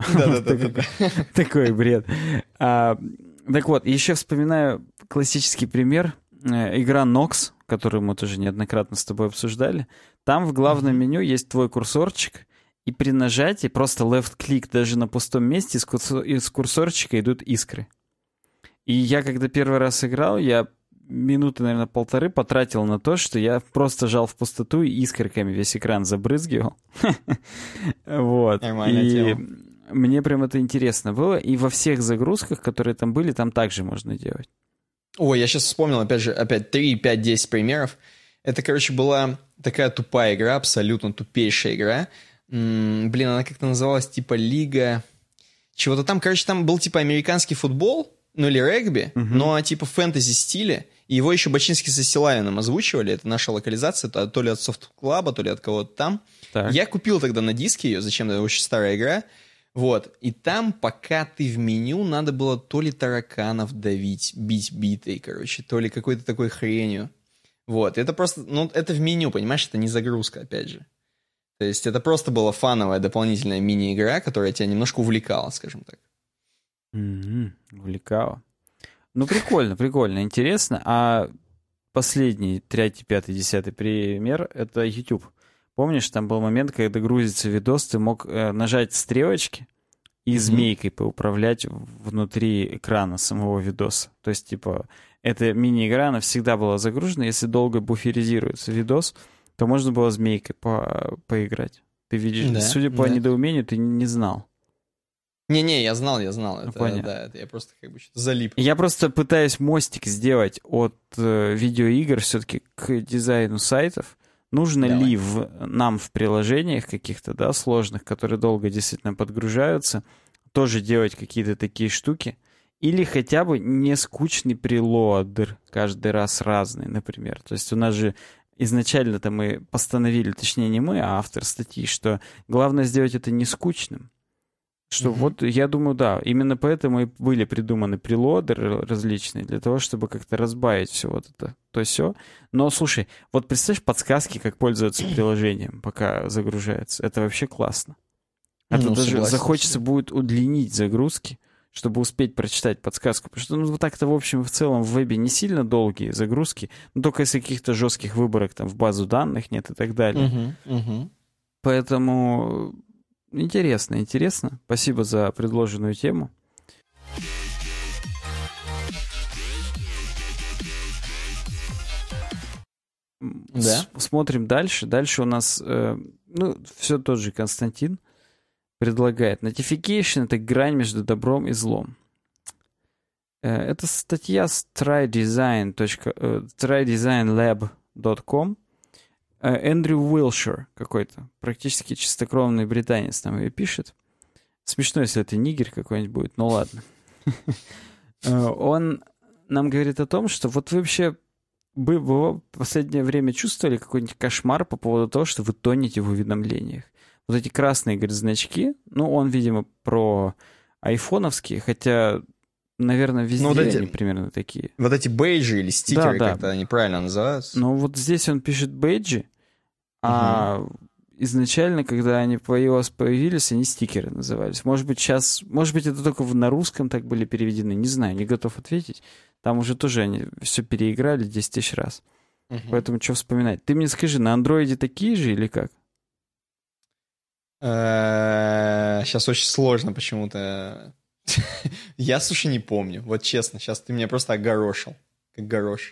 Такой бред. Так вот, еще вспоминаю классический пример. Игра Nox, которую мы тоже неоднократно с тобой обсуждали. Там в главном меню есть твой курсорчик, и при нажатии просто left-клик даже на пустом месте из курсорчика идут искры. И я, когда первый раз играл, я минуты, наверное, 1.5 потратил на то, что я просто жал в пустоту и искорками весь экран забрызгивал. Вот. И мне прям это интересно было. И во всех загрузках, которые там были, там также можно делать. Ой, я сейчас вспомнил, опять 3, 5, 10 примеров. Это, короче, была такая тупая игра, абсолютно тупейшая игра. Блин, она как-то называлась, типа, Лига... Чего-то там, короче, там был, типа, американский футбол, ну, или регби, но, типа, фэнтези стиле. И его еще Бачинский со Силавиным озвучивали. Это наша локализация, то ли от Soft Club, то ли от кого-то там. Так. Я купил тогда на диске ее, зачем-то, это очень старая игра. Вот. И там, пока ты в меню, надо было то ли тараканов давить, бить битой, короче, то ли какой-то такой хренью. Вот. Это просто, ну, это в меню, понимаешь, это не загрузка, опять же. То есть это просто была фановая дополнительная мини-игра, которая тебя немножко увлекала, скажем так. Увлекала. Ну, прикольно, интересно. А последний, 3, 5, 10 пример — это YouTube. Помнишь, там был момент, когда грузится видос, ты мог нажать стрелочки и змейкой поуправлять внутри экрана самого видоса. То есть, типа, эта мини-игра, она всегда была загружена. Если долго буферизируется видос, то можно было змейкой поиграть. Ты видишь, да, судя по недоумению, ты не знал. Не, я знал. Это я просто как бы что-то залип. Я просто пытаюсь мостик сделать от видеоигр все-таки к дизайну сайтов. Нужно ли нам в приложениях каких-то, да, сложных, которые долго действительно подгружаются, тоже делать какие-то такие штуки? Или хотя бы не скучный прелодер каждый раз разный, например. То есть у нас же изначально-то мы постановили, точнее не мы, а автор статьи, что главное сделать это не скучным. Что вот, я думаю, да, именно поэтому и были придуманы прелодеры различные, для того, чтобы как-то разбавить все вот это, то все. Но, слушай, вот представляешь подсказки, как пользоваться приложением, пока загружается. Это вообще классно. А то даже захочется будет удлинить загрузки, чтобы успеть прочитать подсказку. Потому что, ну, вот так-то, в общем, в целом в вебе не сильно долгие загрузки, но только если каких-то жестких выборок там в базу данных нет и так далее. Поэтому... Интересно. Спасибо за предложенную тему. Да. Смотрим дальше. Дальше у нас, все тот же Константин предлагает. Notification — это грань между добром и злом. Это статья с trydesignlab.com. News.com. Эндрю Уилшир какой-то, практически чистокровный британец там ее пишет. Смешно, если это нигер какой-нибудь будет, ну ладно. Он нам говорит о том, что вот вы вообще в последнее время чувствовали какой-нибудь кошмар по поводу того, что вы тонете в уведомлениях. Вот эти красные, говорит, значки, ну, он, видимо, про айфоновские, хотя, наверное, везде вот они примерно такие. Вот эти бейджи или стикеры, да, как-то они правильно называются. Ну, вот здесь он пишет бейджи, а изначально, когда они по iOS появились, они стикеры назывались. Может быть, сейчас, может быть, это только на русском так были переведены, не знаю, не готов ответить. Там уже тоже они все переиграли 10 тысяч раз. Поэтому что вспоминать? Ты мне скажи, на андроиде такие же или как? Сейчас очень сложно почему-то. Я, слушай, не помню. Вот честно, сейчас ты меня просто огорошил. Как горош.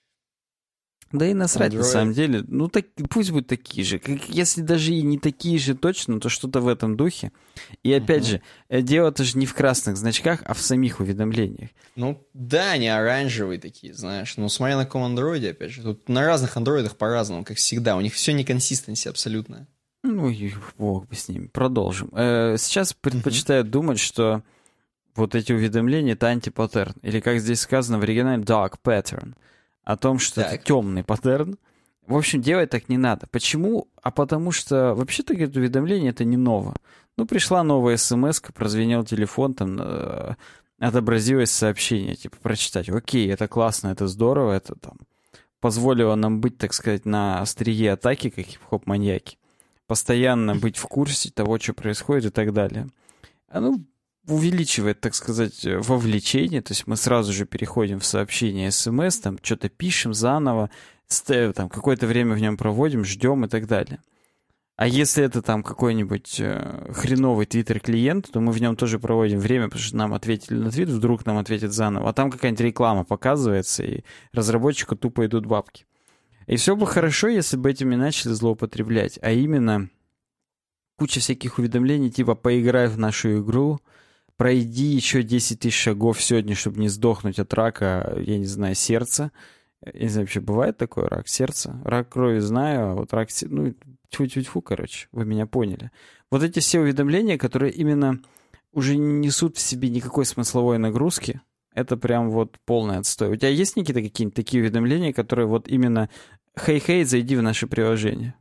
Да и насрать, Android. На самом деле. Ну, так, пусть будут такие же. Если даже и не такие же точно, то что-то в этом духе. И опять же, дело-то же не в красных значках, а в самих уведомлениях. Ну, да, они оранжевые такие, знаешь. Но смотря на каком андроиде, опять же. Тут на разных андроидах по-разному, как всегда. У них все неконсистенси абсолютно. Ну, и бог бы с ними. Продолжим. Сейчас предпочитаю думать, что вот эти уведомления — это антипаттерн. Или, как здесь сказано в оригинале, dark pattern. О том, что это темный паттерн. В общем, делать так не надо. Почему? А потому что, вообще-то, говорит, уведомление — это не ново. Ну, пришла новая смс-ка, прозвенел телефон, там отобразилось сообщение, типа, прочитать. Окей, это классно, это здорово, это там позволило нам быть, так сказать, на острие атаки, как хип-хоп-маньяки. Постоянно быть в курсе того, что происходит и так далее. Оно увеличивает, так сказать, вовлечение, то есть мы сразу же переходим в сообщение СМС, там что-то пишем заново, там какое-то время в нем проводим, ждем и так далее. А если это там какой-нибудь хреновый твиттер-клиент, то мы в нем тоже проводим время, потому что нам ответили на твит, вдруг нам ответят заново, а там какая-нибудь реклама показывается, и разработчику тупо идут бабки. И все бы хорошо, если бы этими начали злоупотреблять, а именно куча всяких уведомлений, типа «поиграй в нашу игру», «пройди еще 10 тысяч шагов сегодня, чтобы не сдохнуть от рака, я не знаю, сердца». Я не знаю, вообще бывает такой рак сердца? Рак крови знаю, а вот рак... Ну, тьфу-тьфу-тьфу, короче, вы меня поняли. Вот эти все уведомления, которые именно уже не несут в себе никакой смысловой нагрузки, это прям вот полный отстой. У тебя есть, Никита, какие-нибудь такие уведомления, которые вот именно «Хей-хей, зайди в наше приложение»?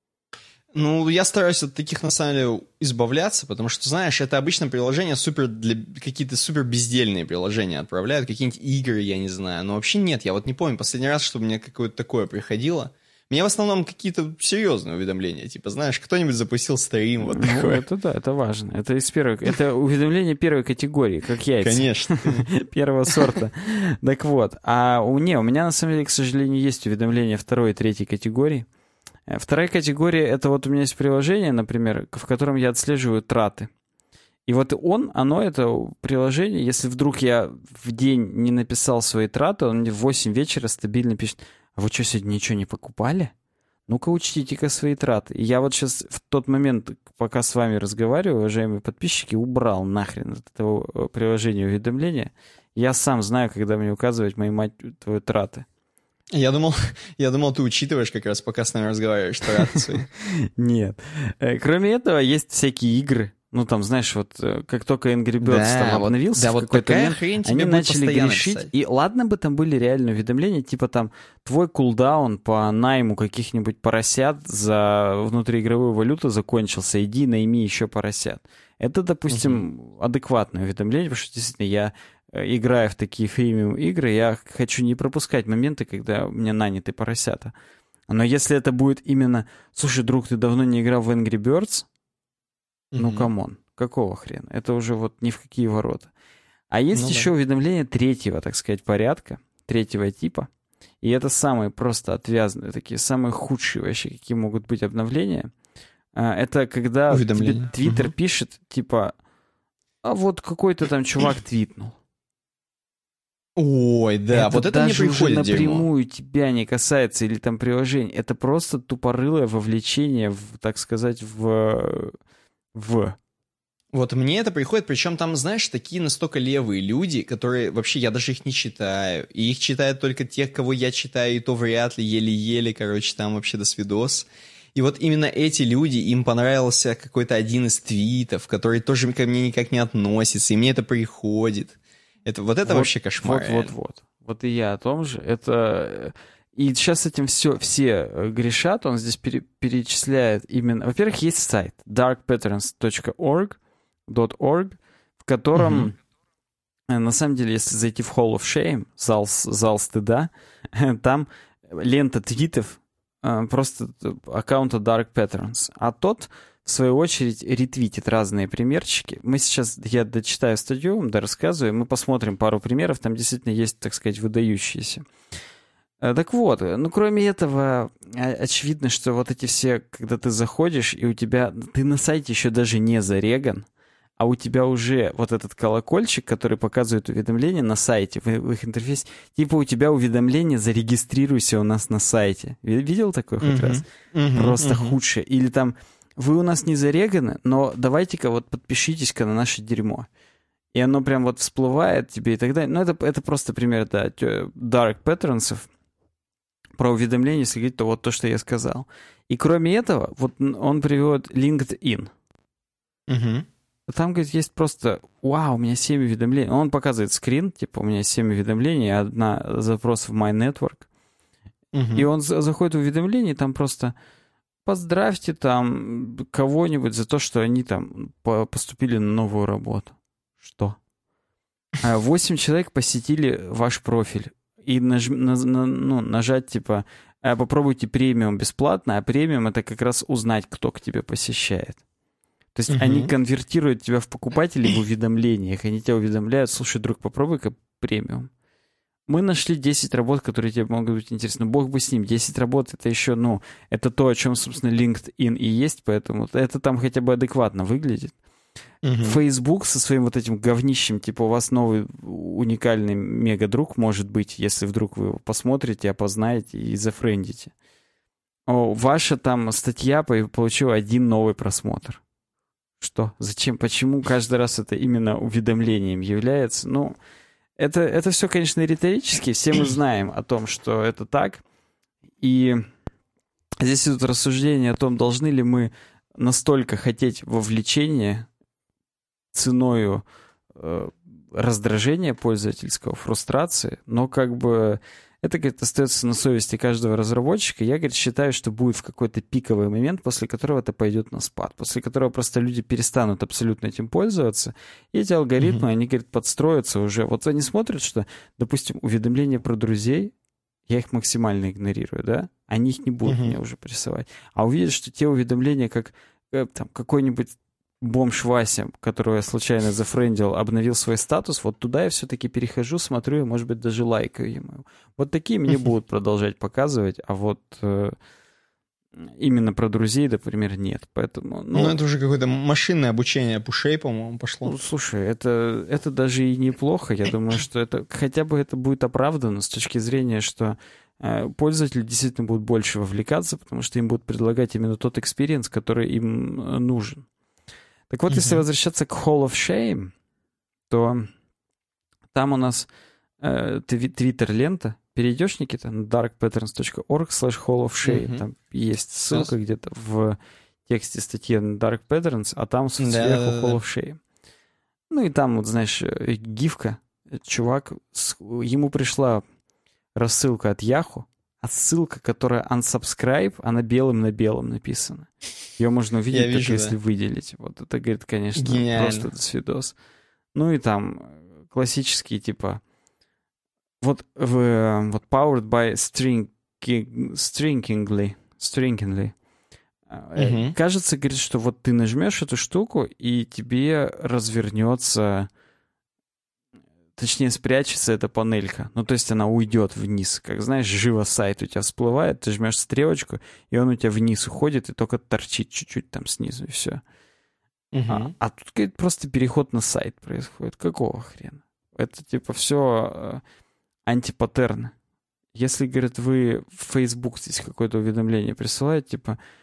Ну, я стараюсь от таких, на самом деле, избавляться, потому что, знаешь, это обычно приложения какие-то супер бездельные приложения отправляют, какие-нибудь игры, я не знаю. Но вообще нет, я вот не помню последний раз, чтобы мне какое-то такое приходило. Мне в основном какие-то серьезные уведомления, типа, знаешь, кто-нибудь запустил стрим, вот такое. Это да, это важно. Это из первых, это уведомление первой категории, как яйца. Конечно. Первого сорта. Так вот, у меня, на самом деле, к сожалению, есть уведомления второй и третьей категории. Вторая категория — это вот у меня есть приложение, например, в котором я отслеживаю траты. И вот это приложение, если вдруг я в день не написал свои траты, он мне в 8 вечера стабильно пишет: «А вы что, сегодня ничего не покупали? Ну-ка учтите-ка свои траты». И я вот сейчас в тот момент, пока с вами разговариваю, уважаемые подписчики, убрал нахрен от этого приложения уведомления. Я сам знаю, когда мне указывать мои твои траты. Я думал, ты учитываешь как раз, пока с нами разговариваешь, траты свои. Нет. Кроме этого, есть всякие игры. Ну, там, знаешь, вот как только Angry Birds там обновился, в какой-то момент они начали грешить. Писать. И ладно бы там были реально уведомления, типа там твой кулдаун по найму каких-нибудь поросят за внутриигровую валюту закончился, иди найми еще поросят. Это, допустим, адекватное уведомление, потому что действительно я, играя в такие фримиум игры, я хочу не пропускать моменты, когда у меня наняты поросята. Но если это будет именно: слушай, друг, ты давно не играл в Angry Birds? Ну, камон, какого хрена? Это уже вот ни в какие ворота. А есть еще уведомления третьего, так сказать, порядка, третьего типа. И это самые просто отвязные, такие самые худшие вообще, какие могут быть обновления. Это когда тебе Твиттер пишет, типа, а вот какой-то там чувак твитнул. Ой, да, вот это не приходит уже напрямую тебя не касается, или там приложение. Это просто тупорылое вовлечение, так сказать, в Вот мне это приходит, причем там, знаешь, такие настолько левые люди, которые вообще, я даже их не читаю, и их читают только тех, кого я читаю, и то вряд ли, еле-еле, короче, там вообще до свидос. И вот именно эти люди, им понравился какой-то один из твитов, который тоже ко мне никак не относится, и мне это приходит. Это вообще кошмар. Вот и я о том же. Это... И сейчас с этим все грешат. Он здесь перечисляет именно... Во-первых, есть сайт darkpatterns.org, в котором, на самом деле, если зайти в Hall of Shame, зал стыда, там лента твитов просто аккаунта Dark Patterns. А тот, в свою очередь, ретвитит разные примерчики. Я дочитаю статью, рассказываю, мы посмотрим пару примеров, там действительно есть, так сказать, выдающиеся. Так вот, кроме этого, очевидно, что вот эти все, когда ты заходишь, и ты на сайте еще даже не зареган, а у тебя уже вот этот колокольчик, который показывает уведомления на сайте, в их интерфейсе, типа у тебя уведомление «Зарегистрируйся у нас на сайте». Видел такой хоть раз? Просто худшее. Или там «Вы у нас не зареганы, но давайте-ка вот подпишитесь-ка на наше дерьмо». И оно прям вот всплывает тебе и так далее. Это просто пример, да, Dark Patterns про уведомления, если говорить, то вот то, что я сказал. И кроме этого, вот он приводит LinkedIn. Там, говорит, есть просто, вау, у меня 7 уведомлений. Он показывает скрин, типа, у меня 7 уведомлений, одна запрос в My Network. И он заходит в уведомление, там просто поздравьте там кого-нибудь за то, что они там поступили на новую работу. Что? 8 человек посетили ваш профиль. И нажать, типа, попробуйте премиум бесплатно, а премиум — это как раз узнать, кто к тебе посещает. То есть они конвертируют тебя в покупателей в уведомлениях. Они тебя уведомляют: слушай, друг, попробуй-ка премиум. Мы нашли 10 работ, которые тебе могут быть интересны. Бог бы с ним. 10 работ — это еще, это то, о чем, собственно, LinkedIn и есть, поэтому это там хотя бы адекватно выглядит. Facebook со своим вот этим говнищем, типа, у вас новый уникальный мега-друг может быть, если вдруг вы его посмотрите, опознаете и зафрендите. Ваша там статья получила 1 новый просмотр. Что? Зачем? Почему каждый раз это именно уведомлением является? Это все, конечно, риторически. Все мы знаем о том, что это так. И здесь идут рассуждения о том, должны ли мы настолько хотеть вовлечения ценою раздражения пользовательского, фрустрации, но как бы это, говорит, остается на совести каждого разработчика. Я, говорит, считаю, что будет в какой-то пиковый момент, после которого это пойдет на спад, после которого просто люди перестанут абсолютно этим пользоваться, и эти алгоритмы, они, говорит, подстроятся уже. Вот они смотрят, что, допустим, уведомления про друзей, я их максимально игнорирую, да, они их не будут мне уже присылать, а увидят, что те уведомления, как там какой-нибудь бомж Вася, которого я случайно зафрендил, обновил свой статус, вот туда я все-таки перехожу, смотрю и, может быть, даже лайкаю ему. Вот такие мне будут продолжать показывать, а вот именно про друзей, например, нет. Поэтому, это уже какое-то машинное обучение пушей, по-моему, пошло. Слушай, это даже и неплохо. Я думаю, что это хотя бы это будет оправдано с точки зрения, что пользователи действительно будут больше вовлекаться, потому что им будут предлагать именно тот экспириенс, который им нужен. Так вот, если возвращаться к Hall of Shame, то там у нас твиттер-лента. Перейдешь, Никита, на darkpatterns.org/Hall of Shame. Там есть ссылка где-то в тексте статьи на Dark Patterns, а там сверху Hall of Shame. И там, вот знаешь, гифка, чувак, ему пришла рассылка от Yahoo, а ссылка, которая unsubscribe, она белым на белом написана. Ее можно увидеть только если выделить. Вот это, говорит, конечно, гениально. Просто досвидос. И там классические, типа, вот powered by stringingly. Кажется, говорит, что вот ты нажмешь эту штуку, и тебе развернется... Точнее, спрячется эта панелька. То есть она уйдет вниз. Как, знаешь, живо сайт у тебя всплывает, ты жмешь стрелочку, и он у тебя вниз уходит, и только торчит чуть-чуть там снизу, и все. А тут, говорит, просто переход на сайт происходит. Какого хрена? Это, типа, все антипаттерны. Если, говорит, вы в Facebook здесь какое-то уведомление присылаете, типа,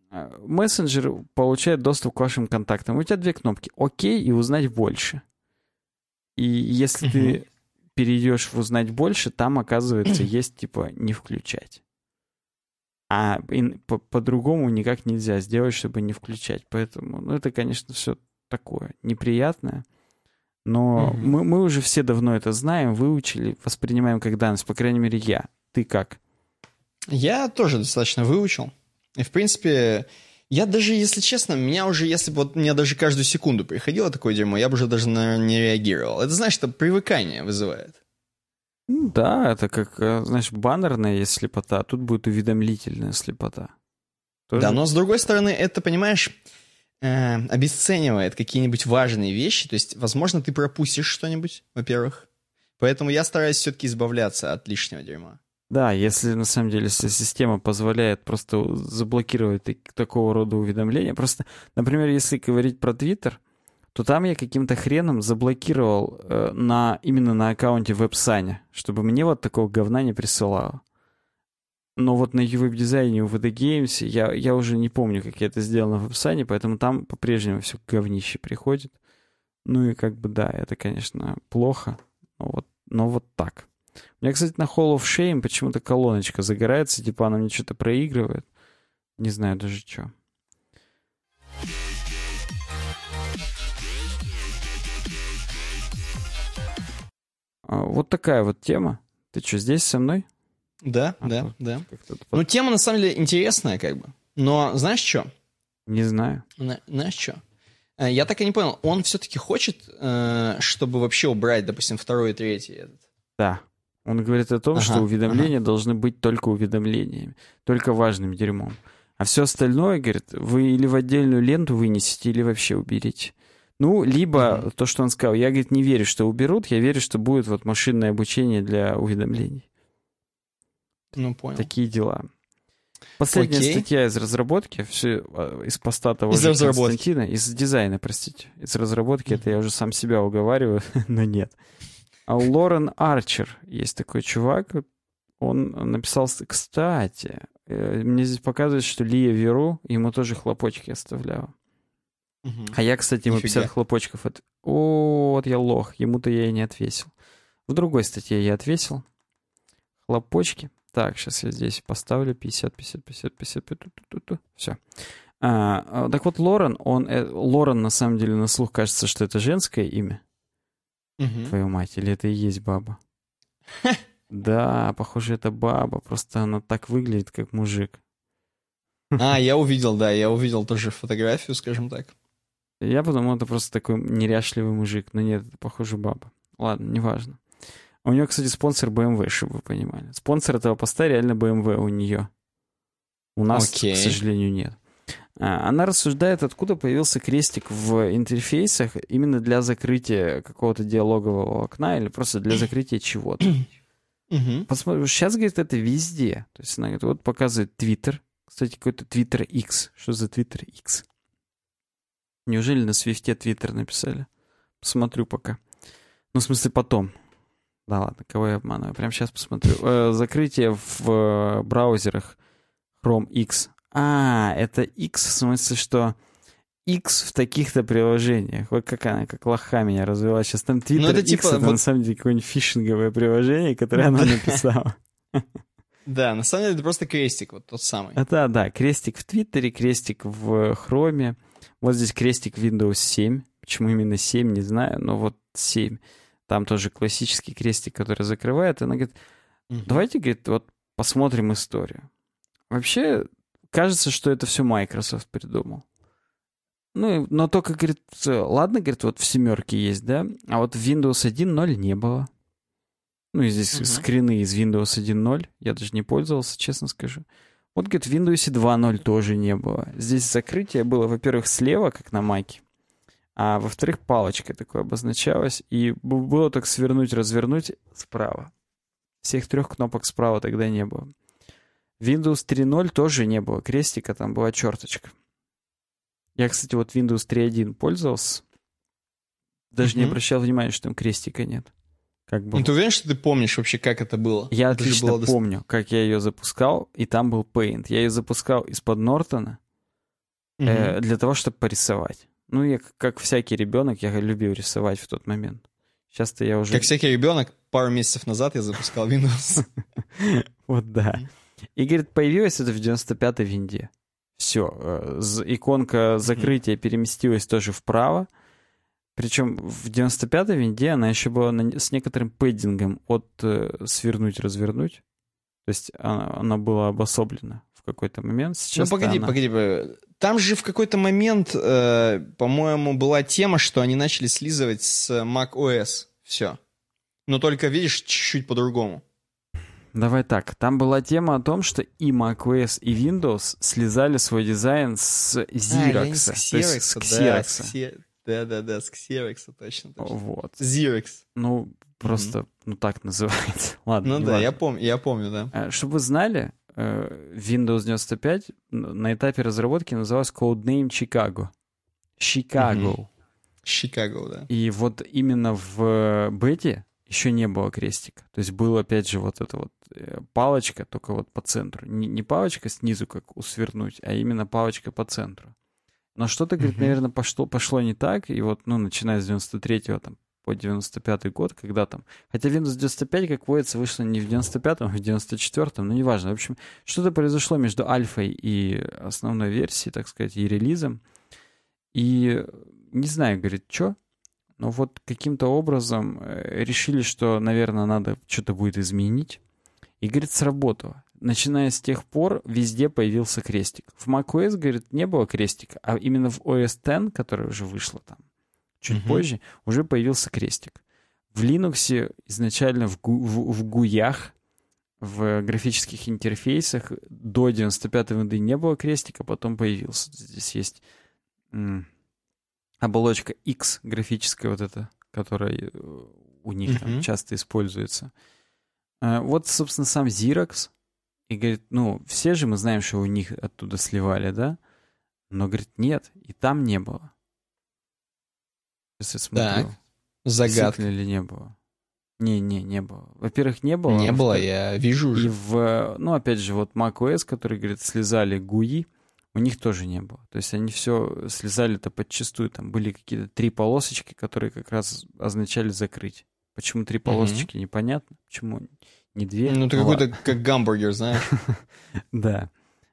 мессенджер получает доступ к вашим контактам. У тебя 2 кнопки. Окей и узнать больше. И если ты перейдешь в узнать больше, там, оказывается, есть типа не включать. А по-другому никак нельзя сделать, чтобы не включать. Поэтому, ну, это, конечно, все такое неприятное. Но мы уже все давно это знаем, выучили, воспринимаем как данность. По крайней мере, я. Ты как? Я тоже достаточно выучил. И, в принципе, я даже, если честно, меня уже, если бы вот мне даже каждую секунду приходило такое дерьмо, я бы уже даже, наверное, не реагировал. Это, знаешь, это привыкание вызывает. Ну, да, это как, знаешь, баннерная есть слепота, а тут будет уведомлительная слепота. Тоже? Да, но с другой стороны, это, понимаешь, обесценивает какие-нибудь важные вещи. То есть, возможно, ты пропустишь что-нибудь, во-первых. Поэтому я стараюсь все-таки избавляться от лишнего дерьма. Да, если на самом деле если система позволяет просто заблокировать такого рода уведомления. Просто, например, если говорить про Twitter, то там я каким-то хреном заблокировал именно на аккаунте WebSign, чтобы мне вот такого говна не присылало. Но вот на веб-дизайне у VD Games я уже не помню, как я это сделал на WebSign, поэтому там по-прежнему все говнище приходит. Ну и как бы да, это, конечно, плохо, но вот так. У меня, кстати, на Hall of Shame почему-то колоночка загорается, типа она мне что-то проигрывает. Не знаю даже что. Вот такая вот тема. Ты что, здесь со мной? Да. Ну, тема, на самом деле, интересная, как бы. Но знаешь что? Не знаю. Знаешь что? Я так и не понял. Он все-таки хочет, чтобы вообще убрать, допустим, 2 и 3 этот? Да. Он говорит о том, что уведомления должны быть только уведомлениями, только важным дерьмом. А все остальное, говорит, вы или в отдельную ленту вынесете, или вообще уберите. Ну, либо то, что он сказал, я, говорит, не верю, что уберут, я верю, что будет вот машинное обучение для уведомлений. Ну, понял. Такие дела. Последняя статья из разработки, все из поста того из же разработки. Константина, из дизайна, простите. Из разработки, это я уже сам себя уговариваю, но нет. А у Лорен Арчер есть такой чувак, он написал, кстати, мне здесь показывает, что Лия Веру ему тоже хлопочки оставляла. А я, кстати, ему 50 хлопочков вот я лох, ему-то я и не отвесил. В другой статье я отвесил хлопочки. Так, сейчас я здесь поставлю 50. Все. Так вот, Лорен, на самом деле, на слух кажется, что это женское имя. Твою мать, или это и есть баба? Да, похоже, это баба, просто она так выглядит, как мужик. Я увидел тоже фотографию, скажем так. Я подумал, это просто такой неряшливый мужик, но нет, это, похоже, баба. Ладно, неважно. У нее, кстати, спонсор BMW, чтобы вы понимали. Спонсор этого поста реально BMW у нее. У нас, к сожалению, нет. Она рассуждает, откуда появился крестик в интерфейсах именно для закрытия какого-то диалогового окна или просто для закрытия чего-то. Посмотрим, сейчас, говорит, это везде. То есть она говорит, вот показывает Twitter. Кстати, какой-то Twitter X. Что за Twitter X? Неужели на Свифте Twitter написали? Посмотрю пока. Ну, в смысле, потом. Да ладно, кого я обманываю? Прямо сейчас посмотрю. Закрытие в браузерах Chrome X. Это X, в смысле, что X в таких-то приложениях. Вот как она, как лоха меня развела. Сейчас там Twitter X, типа, это на самом деле какое-нибудь фишинговое приложение, которое она написала. Да, на самом деле это просто крестик, вот тот самый. Да, крестик в Твиттере, крестик в Chrome. Вот здесь крестик Windows 7. Почему именно 7, не знаю, но вот 7. Там тоже классический крестик, который закрывает. Она говорит, давайте, говорит, вот посмотрим историю. Вообще, кажется, что это все Microsoft придумал. Ну, но только, говорит, ладно, говорит, вот в 7 есть, да? А вот в Windows 1.0 не было. Ну, и здесь скрины из Windows 1.0. Я даже не пользовался, честно скажу. Вот, говорит, в Windows 2.0 тоже не было. Здесь закрытие было, во-первых, слева, как на Маке. А во-вторых, палочкой такой обозначалась. И было так свернуть, развернуть справа. Всех 3 кнопок справа тогда не было. Windows 3.0 тоже не было крестика, там была черточка. Я, кстати, вот Windows 3.1 пользовался. Даже не обращал внимания, что там крестика нет. Как бы... Ну, ты уверен, что ты помнишь вообще, как это было? Я отлично помню, как я ее запускал, и там был Paint. Я ее запускал из-под Нортона. для того, чтобы порисовать. Ну, я как всякий ребенок, я любил рисовать в тот момент. Сейчас-то я уже... Как всякий ребенок, пару месяцев назад я запускал Windows. Вот да. И, говорит, появилось это в 95-й винде. Все. Иконка закрытия переместилась тоже вправо. Причем в 95-й винде она еще была с некоторым пэддингом от свернуть-развернуть. То есть она была обособлена в какой-то момент. Сейчас погоди. Там же в какой-то момент, по-моему, была тема, что они начали слизывать с macOS. Все. Но только, видишь, чуть-чуть по-другому. Давай так. Там была тема о том, что и macOS, и Windows слезали свой дизайн с Xerox. С Xerox. Да, с Xerox, точно. Вот. Xerox. Ну, просто, так называется. Ладно, ну да, я помню, да. Чтобы вы знали, Windows 95 на этапе разработки называлась Codename Chicago. Chicago, да. И вот именно в бете еще не было крестика. То есть был, опять же, вот эта вот палочка, только вот по центру. Не палочка снизу, как у свернуть, а именно палочка по центру. Но что-то, говорит, наверное, пошло не так. И вот, начиная с 93-го там, по 95-й год, когда там... Хотя Windows 95, как водится, вышло не в 95-м, а в 94-м, но неважно. В общем, что-то произошло между альфой и основной версией, так сказать, и релизом. И не знаю, говорит, что, но вот каким-то образом решили, что, наверное, надо что-то будет изменить. И, говорит, сработало. Начиная с тех пор везде появился крестик. В macOS, говорит, не было крестика, а именно в OS X, которая уже вышла там чуть позже, уже появился крестик. В Linux изначально в GUI-ях, в графических интерфейсах до 95-й винды не было крестика, потом появился. Здесь есть оболочка X графическая вот эта, которая у них там часто используется. Вот, собственно, сам Xerox. И говорит, все же мы знаем, что у них оттуда сливали, да? Но, говорит, нет, и там не было. Сейчас я смотрю. Так, загадка. Или не было? Не было. Во-первых, не было. Не было, я вижу уже. И опять же, вот macOS, который, говорит, слезали GUI, у них тоже не было. То есть они все слезали-то подчистую. Там были какие-то 3 полосочки, которые как раз означали закрыть. Почему 3 полосочки, непонятно. Почему не 2? Ты какой-то как гамбургер, знаешь. Да.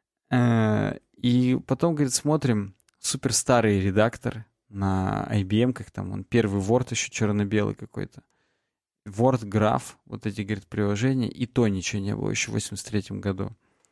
И потом, говорит, смотрим суперстарые редакторы на IBM, как там, он первый Word еще черно-белый какой-то. Word, Graph, вот эти, говорит, приложения, и то ничего не было еще в 83-м году.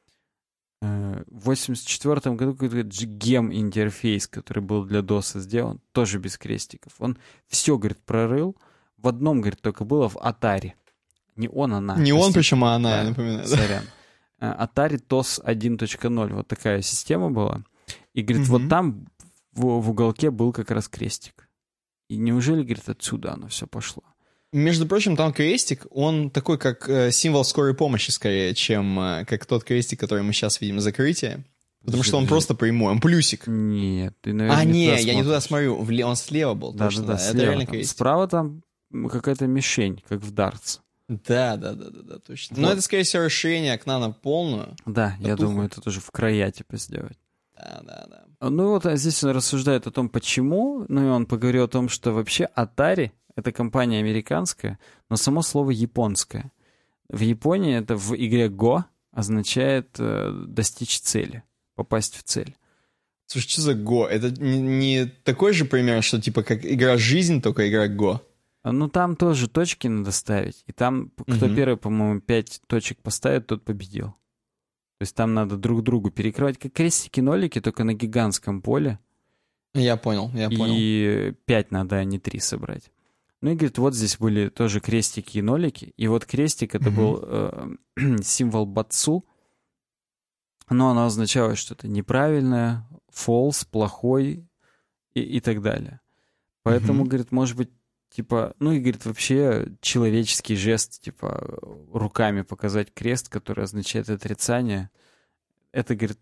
В 84-м году какой-то GEM-интерфейс, который был для DOS сделан, тоже без крестиков. Он все, говорит, прорыл. В одном, говорит, только было в Atari. Не он, она. Не он, причем, а она, я напоминаю. Сорян. Atari TOS 1.0. Вот такая система была. И, говорит, вот там в уголке был как раз крестик. И неужели, говорит, отсюда оно все пошло? Между прочим, там крестик, он такой, как символ скорой помощи, скорее, чем как тот крестик, который мы сейчас видим, закрытие. Потому что он просто прямой, он плюсик. Нет, ты, наверное, я не туда смотрю, он слева был, точно. Да, это реально крестик. Справа там какая-то мишень, как в дартс. Да, точно. Вот. Но это, скорее всего, расширение окна на полную. Да, я думаю, это тоже в края, типа, сделать. Да. Вот здесь он рассуждает о том, почему. И он поговорил о том, что вообще Atari — это компания американская, но само слово японское. В Японии это в игре Go означает достичь цели, попасть в цель. Слушай, что за Go? Это не такой же пример, что типа как игра «Жизнь», только игра Go? Там тоже точки надо ставить. И там, кто первый, по-моему, 5 точек поставит, тот победил. То есть там надо друг другу перекрывать, как крестики-нолики, только на гигантском поле. Я понял. И 5 надо, а не 3 собрать. И, говорит, вот здесь были тоже крестики и нолики. И вот крестик — это был символ бацу. Но оно означало что-то неправильное, false, плохой и так далее. Поэтому, говорит, может быть, типа, и, говорит, вообще человеческий жест, типа, руками показать крест, который означает отрицание, это, говорит,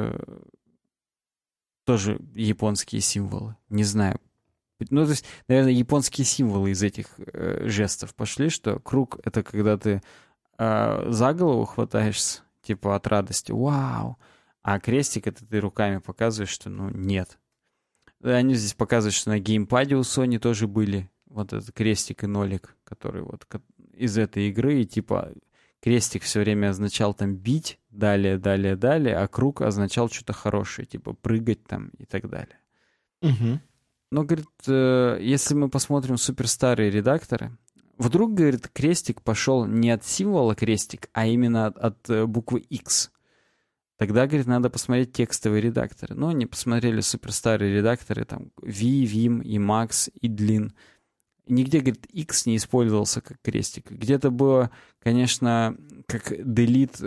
тоже японские символы. Не знаю. То есть, наверное, японские символы из этих жестов пошли, что круг — это когда ты за голову хватаешься, типа, от радости, вау, А крестик это ты руками показываешь, что нет. Они здесь показывают, что на геймпаде у Sony тоже были вот этот крестик и нолик, который вот из этой игры, и типа крестик все время означал там бить, далее, а круг означал что-то хорошее, типа прыгать там и так далее. Угу. Но, говорит, если мы посмотрим суперстарые редакторы, вдруг, говорит, крестик пошел не от символа крестик, а именно от буквы X. Тогда, говорит, надо посмотреть текстовые редакторы. Но они посмотрели суперстарые редакторы, там, Vim, и Max, и Длин. Нигде, говорит, X не использовался как крестик. Где-то было, конечно, как delete,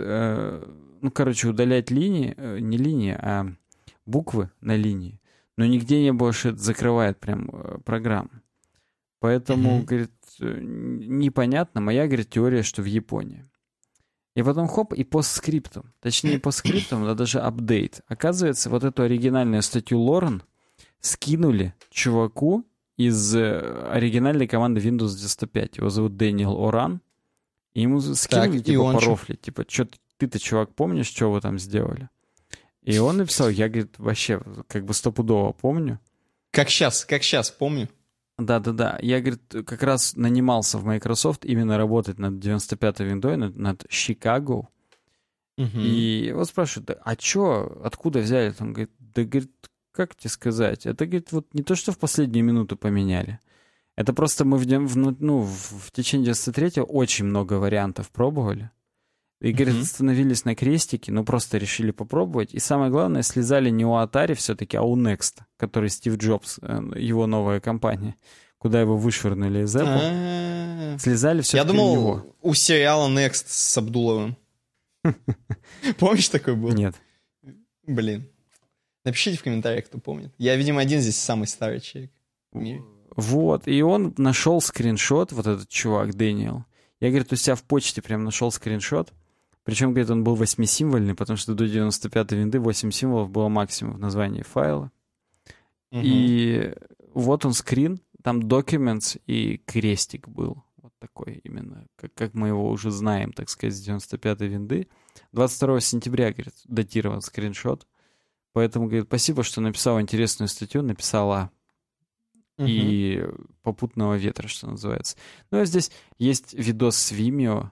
удалять линии, не линии, а буквы на линии. Но нигде не было, что это закрывает прям программу. Поэтому, говорит, непонятно. Моя, говорит, теория, что в Японии. И потом хоп, и постскриптум. Точнее, постскриптум, да даже апдейт. Оказывается, вот эту оригинальную статью Лорен скинули чуваку из оригинальной команды Windows 95. Его зовут Дэниел Оран. И ему скинули, типа, порофлить. Типа, что ты-то, чувак, помнишь, что вы там сделали? И он написал, я, говорит, вообще как бы стопудово помню. Как сейчас помню. Да. Я, говорит, как раз нанимался в Microsoft именно работать над 95-й виндой, над Chicago. И вот спрашивают, а чё, откуда взяли? Он говорит, да, говорит, как тебе сказать? Это, говорит, вот не то, что в последнюю минуту поменяли. Это просто мы в течение 93-го очень много вариантов пробовали. И, говорит, остановились на крестике, просто решили попробовать. И самое главное, слезали не у Atari все-таки, а у Next, который Стив Джобс, его новая компания, куда его вышвырнули из Apple. Слезали все-таки у него. Я думал, у сериала Next с Абдуловым. Помнишь, такой был? Нет. Блин. Напишите в комментариях, кто помнит. Я, видимо, один здесь самый старый человек в мире. Вот, и он нашел скриншот, вот этот чувак, Дэниел. Я, говорит, у себя в почте прям нашел скриншот. Причем, говорит, он был 8-символьный, потому что до 95-й винды 8 символов было максимум в названии файла. И вот он скрин, там Documents и крестик был. Вот такой именно, как мы его уже знаем, так сказать, с 95-й винды. 22 сентября, говорит, датирован скриншот. Поэтому, говорит, спасибо, что написал интересную статью, написала и попутного ветра, что называется. Ну, а здесь есть видос с Vimeo,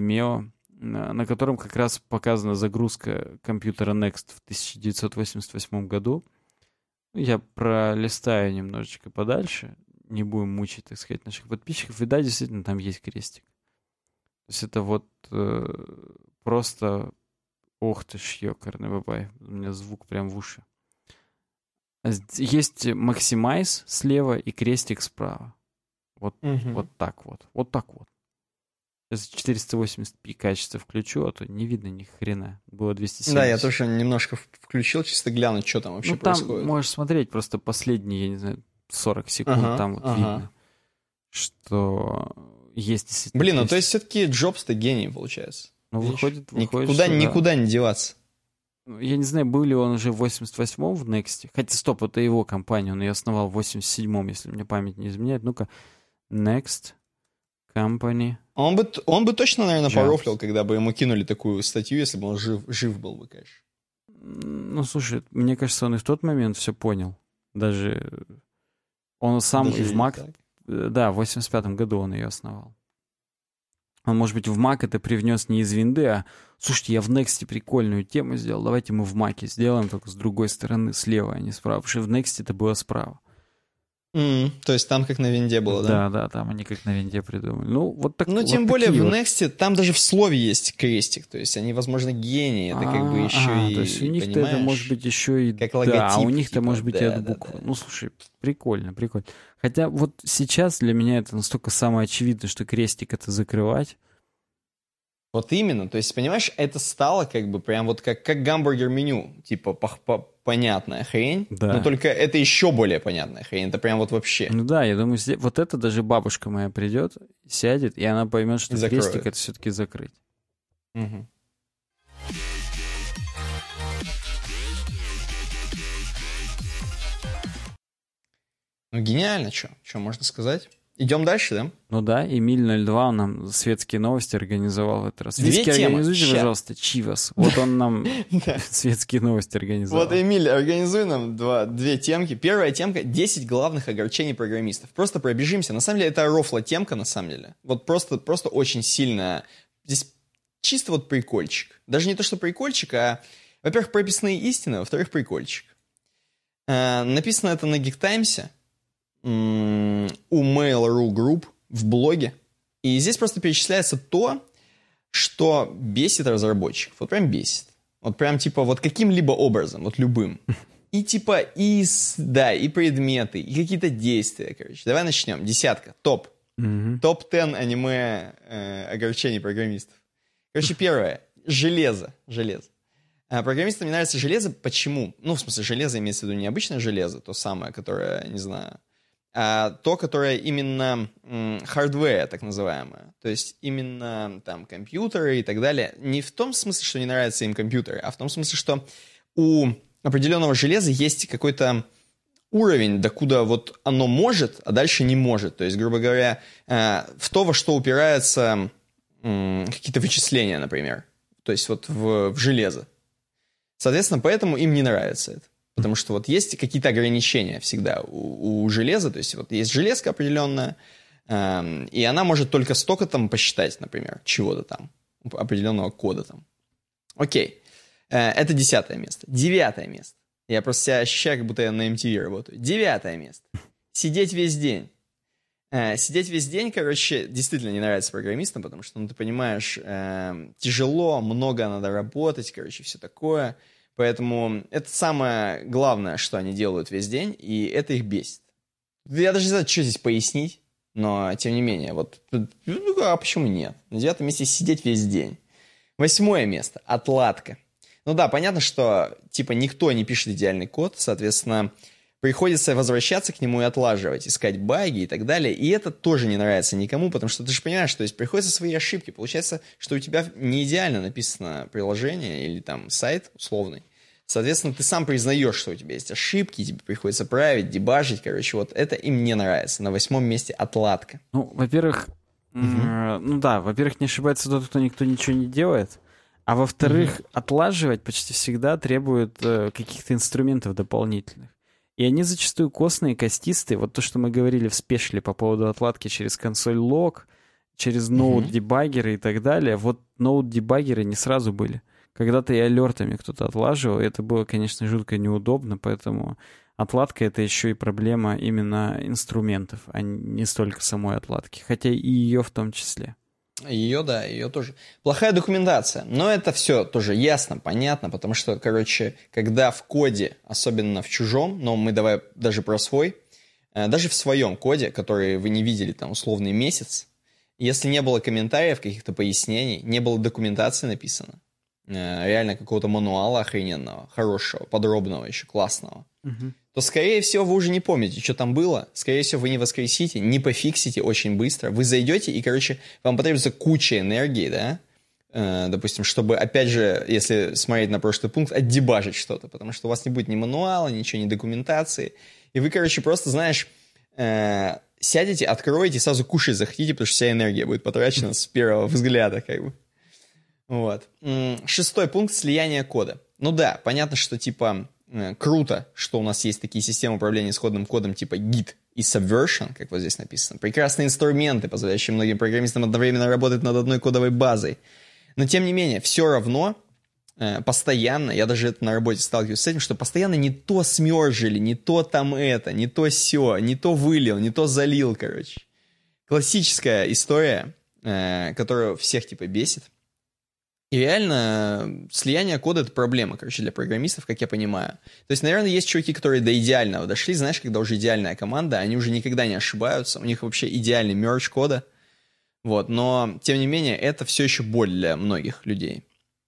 на котором как раз показана загрузка компьютера Next в 1988 году. Я пролистаю немножечко подальше, не будем мучить, так сказать, наших подписчиков. И да, действительно, там есть крестик. То есть это вот просто... Ох ты ж, ёкарный бабай. У меня звук прям в уши. Есть Maximize слева и крестик справа. Вот так вот. Вот так вот. Сейчас 480p качество включу, а то не видно ни хрена. Было 270. Да, я тоже немножко включил, чисто глянуть, что там вообще происходит. Там можешь смотреть просто последние, я не знаю, 40 секунд, там вот видно, что есть действительно... Блин, то есть все-таки Джобс-то гений, получается. Выходит, никуда не деваться. Я не знаю, был ли он уже в 88-м в Next. Хотя, стоп, это его компания, он ее основал в 87-м, если мне память не изменяет. Ну-ка, Next Company. Он бы точно, наверное, порофлил, когда бы ему кинули такую статью, если бы он жив был бы, конечно. Ну, слушай, мне кажется, он и в тот момент все понял. Даже он сам и в Mac... Да, в 85-м году он ее основал. Он, может быть, в Mac это привнес не из винды, а слушайте, я в Next прикольную тему сделал, давайте мы в Mac сделаем, только с другой стороны, слева, а не справа. Потому что в Next это было справа. То есть там как на винде было, да? Да, там они как на винде придумали. Ну, вот так. Ну, тем более в Next там даже в слове есть крестик. То есть они, возможно, гении. Это как бы еще и, то есть у них-то это может быть еще и... Как логотип. Да, а у них-то может быть и от буквы. Да. Ну, слушай, прикольно. Хотя вот сейчас для меня это настолько самое очевидное, что крестик это закрывать. Вот именно. То есть, понимаешь, это стало как бы прям вот как гамбургер-меню. Типа понятная хрень. Да. Но только это еще более понятная хрень. Это прям вот вообще. Ну да, я думаю, вот это даже бабушка моя придет, сядет, и она поймет, что крестик это все-таки закрыть. Угу. Ну, гениально, что можно сказать. Идем дальше, да? Ну да, Эмиль 02, он нам светские новости организовал в этот раз. Витьки, организуйте, пожалуйста, Чивас. Вот он нам светские новости организовал. Вот, Эмиль, организуй нам две темки. Первая темка — 10 главных огорчений программистов. Просто пробежимся. На самом деле, это рофла темка, на самом деле. Вот просто очень сильно... Здесь чисто вот прикольчик. Даже не то, что прикольчик, а, во-первых, прописные истины, во-вторых, прикольчик. Написано это на Geek Times, у Mail.ru Group в блоге. И здесь просто перечисляется то, что бесит разработчиков. Вот прям бесит. Вот прям типа вот каким-либо образом, вот любым. И типа и предметы, и какие-то действия, короче. Давай начнем. 10. Топ. Топ-10 аниме огорчений программистов. Короче, первое. Железо. Программистам не нравится железо. Почему? Ну, в смысле, железо имеется в виду не обычное железо, то самое, которое, не знаю, а то, которое именно hardware, так называемое. То есть именно там компьютеры и так далее. Не в том смысле, что не нравятся им компьютеры, а в том смысле, что у определенного железа есть какой-то уровень, докуда вот оно может, а дальше не может. То есть, грубо говоря, в то, во что упираются какие-то вычисления, например. То есть вот в железо. Соответственно, поэтому им не нравится это. Потому что вот есть какие-то ограничения всегда у железа. То есть вот есть железка определенная, и она может только столько там посчитать, например, чего-то там, определенного кода там. Окей. Это 10 место. 9 место. Я просто себя ощущаю, как будто я на MTV работаю. 9 место. Сидеть весь день. Сидеть весь день, короче, действительно не нравится программистам, потому что, ну, ты понимаешь, тяжело, много надо работать, короче, все такое. Поэтому это самое главное, что они делают весь день, и это их бесит. Я даже не знаю, что здесь пояснить, но, тем не менее, вот, а почему нет? На 9 месте сидеть весь день. 8 место. Отладка. Ну да, понятно, что, типа, никто не пишет идеальный код, соответственно, приходится возвращаться к нему и отлаживать, искать баги и так далее. И это тоже не нравится никому, потому что ты же понимаешь, что есть приходится свои ошибки. Получается, что у тебя не идеально написано приложение или там сайт условный. Соответственно, ты сам признаешь, что у тебя есть ошибки, тебе приходится править, дебажить. Короче, вот это им не нравится. На 8 месте отладка. Ну, во-первых, во-первых, не ошибается тот, кто никто ничего не делает. А во-вторых, отлаживать почти всегда требует каких-то инструментов дополнительных. И они зачастую костные, костистые. Вот то, что мы говорили в спешле по поводу отладки через консоль лог, через ноут-дебаггеры и так далее. Вот ноут-дебаггеры не сразу были. Когда-то и алертами кто-то отлаживал, и это было, конечно, жутко неудобно, поэтому отладка — это еще и проблема именно инструментов, а не столько самой отладки. Хотя и ее в том числе. Ее, да, ее тоже. Плохая документация. Но это все тоже ясно, понятно, потому что, короче, когда в коде, особенно в чужом, но мы давай даже про свой, даже в своем коде, который вы не видели там условный месяц, если не было комментариев, каких-то пояснений, не было документации написано, реально какого-то мануала охрененного, хорошего, подробного еще, классного, то, скорее всего, вы уже не помните, что там было. Скорее всего, вы не воскресите, не пофиксите очень быстро. Вы зайдете, и, короче, вам потребуется куча энергии, да, допустим, чтобы, опять же, если смотреть на прошлый пункт, отдебажить что-то, потому что у вас не будет ни мануала, ничего, ни документации. И вы, короче, просто, знаешь, сядете, откроете, сразу кушать захотите, потому что вся энергия будет потрачена с первого взгляда, как бы. Вот. 6 пункт — слияние кода. Ну да, понятно, что, типа... Круто, что у нас есть такие системы управления исходным кодом типа Git и Subversion, как вот здесь написано. Прекрасные инструменты, позволяющие многим программистам одновременно работать над одной кодовой базой. Но, тем не менее, все равно постоянно, я даже это на работе сталкиваюсь с этим, что постоянно не то смержили, не то там это, не то сё, не то вылил, не то залил, короче. Классическая история, которая всех типа бесит. И реально слияние кода — это проблема, короче, для программистов, как я понимаю. То есть, наверное, есть чуваки, которые до идеального дошли, знаешь, когда уже идеальная команда, они уже никогда не ошибаются, у них вообще идеальный мерч кода. Вот, но, тем не менее, это все еще боль для многих людей.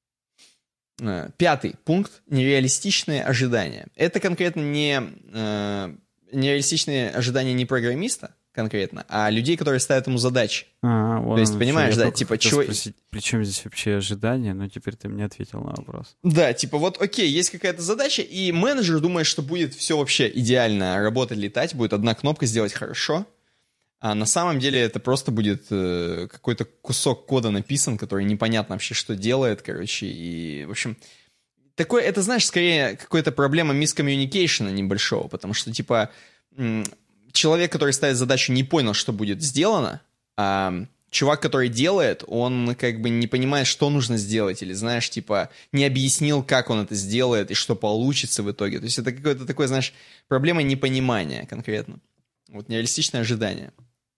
5 пункт — нереалистичные ожидания. Это конкретно не нереалистичные ожидания не программиста конкретно, а людей, которые ставят ему задачи. То есть, понимаешь, да, типа, чего... При чем здесь вообще ожидания? Но теперь ты мне ответил на вопрос. Да, типа, вот, окей, есть какая-то задача, и менеджер думает, что будет все вообще идеально работать, летать, будет одна кнопка сделать хорошо, А на самом деле это просто будет какой-то кусок кода написан, который непонятно вообще, что делает, короче, и, в общем... Такое, это, знаешь, скорее какая-то проблема мискоммуникейшена небольшого, потому что, типа, человек, который ставит задачу, не понял, что будет сделано, а чувак, который делает, он как бы не понимает, что нужно сделать, или, знаешь, типа, не объяснил, как он это сделает и что получится в итоге. То есть это какое-то такое, знаешь, проблема непонимания конкретно. Вот нереалистичное ожидание.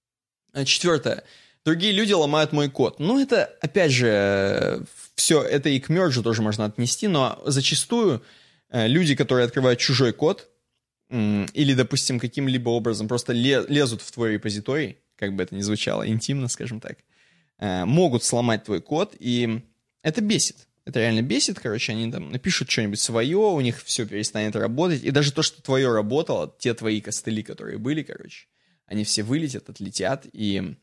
4. Другие люди ломают мой код. Ну, это, опять же, все это и к мержу тоже можно отнести, но зачастую люди, которые открывают чужой код, или, допустим, каким-либо образом просто лезут в твой репозиторий, как бы это ни звучало, интимно, скажем так, могут сломать твой код, и это бесит. Это реально бесит, короче, они там напишут что-нибудь свое, у них все перестанет работать, и даже то, что твое работало, те твои костыли, которые были, короче, они все вылетят, отлетят и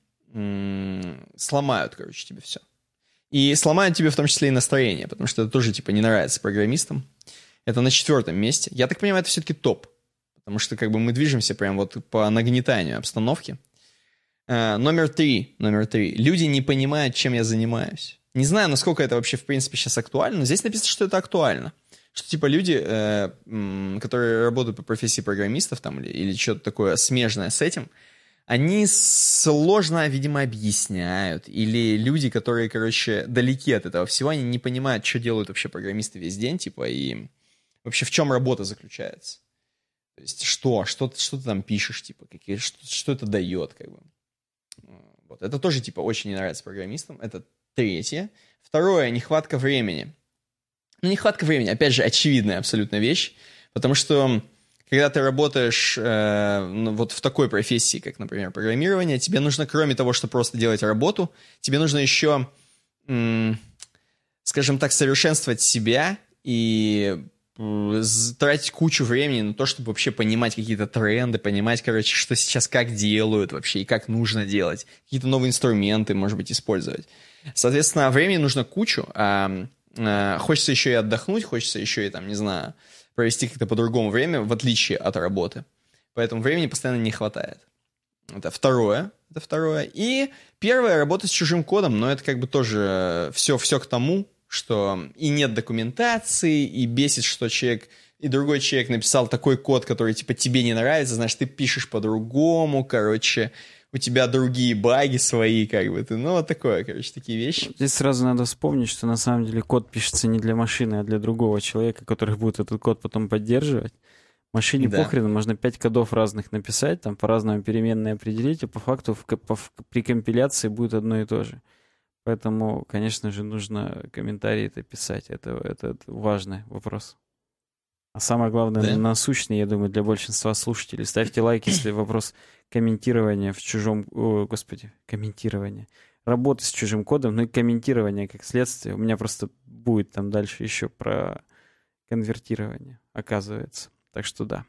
сломают, короче, тебе все. И сломают тебе в том числе и настроение, потому что это тоже, типа, не нравится программистам. Это на 4 месте. Я так понимаю, это все-таки топ, потому что, как бы, мы движемся прям вот по нагнетанию обстановки. Номер 3. Люди не понимают, чем я занимаюсь. Не знаю, насколько это вообще, в принципе, сейчас актуально, но здесь написано, что это актуально. Что, типа, люди, которые работают по профессии программистов там, или что-то такое смежное с этим, они сложно, видимо, объясняют. Или люди, которые, короче, далеки от этого всего, они не понимают, что делают вообще программисты весь день, типа, и вообще в чем работа заключается. То есть что ты там пишешь, типа, что это дает, как бы. Вот. Это тоже, типа, очень не нравится программистам. Это 3. 2. Нехватка времени. Ну, нехватка времени, опять же, очевидная абсолютно вещь, потому что когда ты работаешь вот в такой профессии, как, например, программирование, тебе нужно, кроме того, что просто делать работу, тебе нужно еще, скажем так, совершенствовать себя и тратить кучу времени на то, чтобы вообще понимать какие-то тренды, понимать, короче, что сейчас как делают вообще и как нужно делать, какие-то новые инструменты, может быть, использовать. Соответственно, времени нужно кучу, хочется еще и отдохнуть, хочется еще и, там, не знаю, провести как-то по-другому время, в отличие от работы. Поэтому времени постоянно не хватает. Это 2. И 1. Работа с чужим кодом, но это как бы тоже все к тому, что и нет документации, и бесит, что человек, и другой человек написал такой код, который типа тебе не нравится, значит, ты пишешь по-другому, короче, у тебя другие баги свои, как бы ты, ну, вот такое, короче, такие вещи. Здесь сразу надо вспомнить, что на самом деле код пишется не для машины, а для другого человека, который будет этот код потом поддерживать. Машине похрен, можно 5 кодов разных написать, там по-разному переменные определить, и по факту при компиляции будет одно и то же. Поэтому, конечно же, нужно комментарии это писать. Это важный вопрос. А самое главное, насущный, я думаю, для большинства слушателей. Ставьте лайк, если вопрос комментирования в чужом... комментирование. Работы с чужим кодом, ну и комментирование как следствие. У меня просто будет там дальше еще про конвертирование, оказывается. Так что да.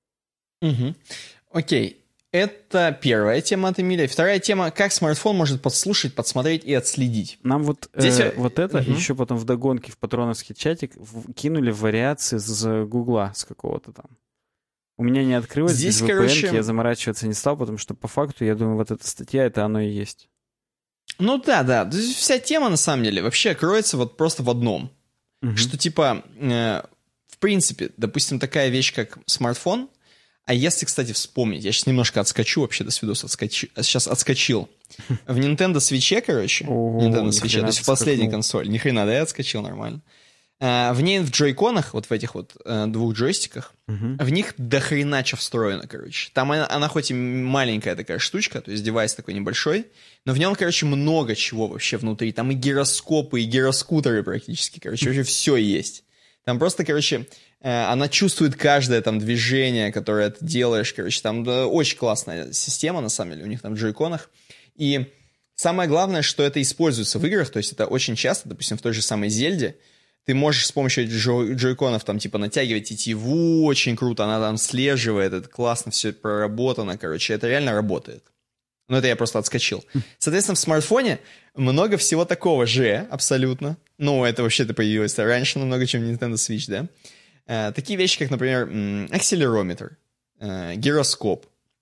Окей. Это 1 тема от Эмиля. 2 тема, как смартфон может подслушать, подсмотреть и отследить. Нам вот это еще потом в догонке в патроновский чатик кинули вариации с Гугла, с какого-то там. У меня не открылось здесь, без VPN, я заморачиваться не стал, потому что по факту, я думаю, вот эта статья, это оно и есть. Ну да. Вся тема, на самом деле, вообще кроется вот просто в одном. Что типа, в принципе, допустим, такая вещь, как смартфон. А если, кстати, вспомнить, я сейчас немножко отскочу, вообще до свидос сейчас отскочил. В Nintendo Switch, короче, Nintendo Switch, то есть в последней консоли, ни хрена, да, я отскочил нормально. В ней в джойконах, вот в этих вот 2 джойстиках, в них дохрена что встроено, короче. Там она хоть и маленькая такая штучка, то есть девайс такой небольшой, но в нем, короче, много чего вообще внутри. Там и гироскопы, и гироскутеры практически, короче, вообще все есть. Там просто, короче, она чувствует каждое там движение, которое ты делаешь, короче, там очень классная система, на самом деле, у них там в джойконах. И самое главное, что это используется в играх, то есть это очень часто, допустим, в той же самой Зельде, ты можешь с помощью джойконов там типа натягивать тетиву, очень круто, она там слеживает, это классно все проработано, короче, это реально работает. Но это я просто отскочил. Соответственно, в смартфоне много всего такого же, абсолютно. Ну, это вообще-то появилось раньше намного, чем Nintendo Switch, да? Такие вещи, как, например, акселерометр, гироскоп,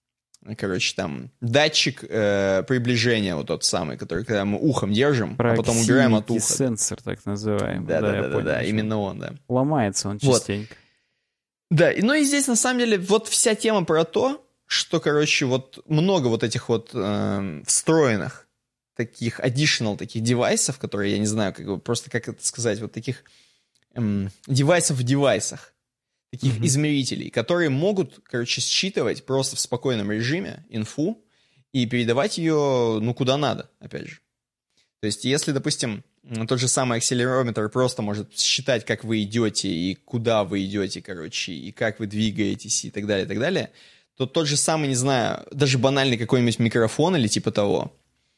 короче, там, датчик приближения, вот тот самый, который, когда мы ухом держим, а потом убираем от уха. Сенсор, так называемый. Да, именно он, да. Ломается он частенько. Да, ну и здесь, на самом деле, вот вся тема про то, что, короче, вот много вот этих вот встроенных таких additional таких девайсов, которые, я не знаю, просто как это сказать, вот таких девайсов в девайсах, таких измерителей, которые могут, короче, считывать просто в спокойном режиме инфу и передавать ее, ну, куда надо, опять же. То есть, если, допустим, тот же самый акселерометр просто может считать, как вы идете и куда вы идете, короче, и как вы двигаетесь и так далее, то тот же самый, не знаю, даже банальный какой-нибудь микрофон или типа того,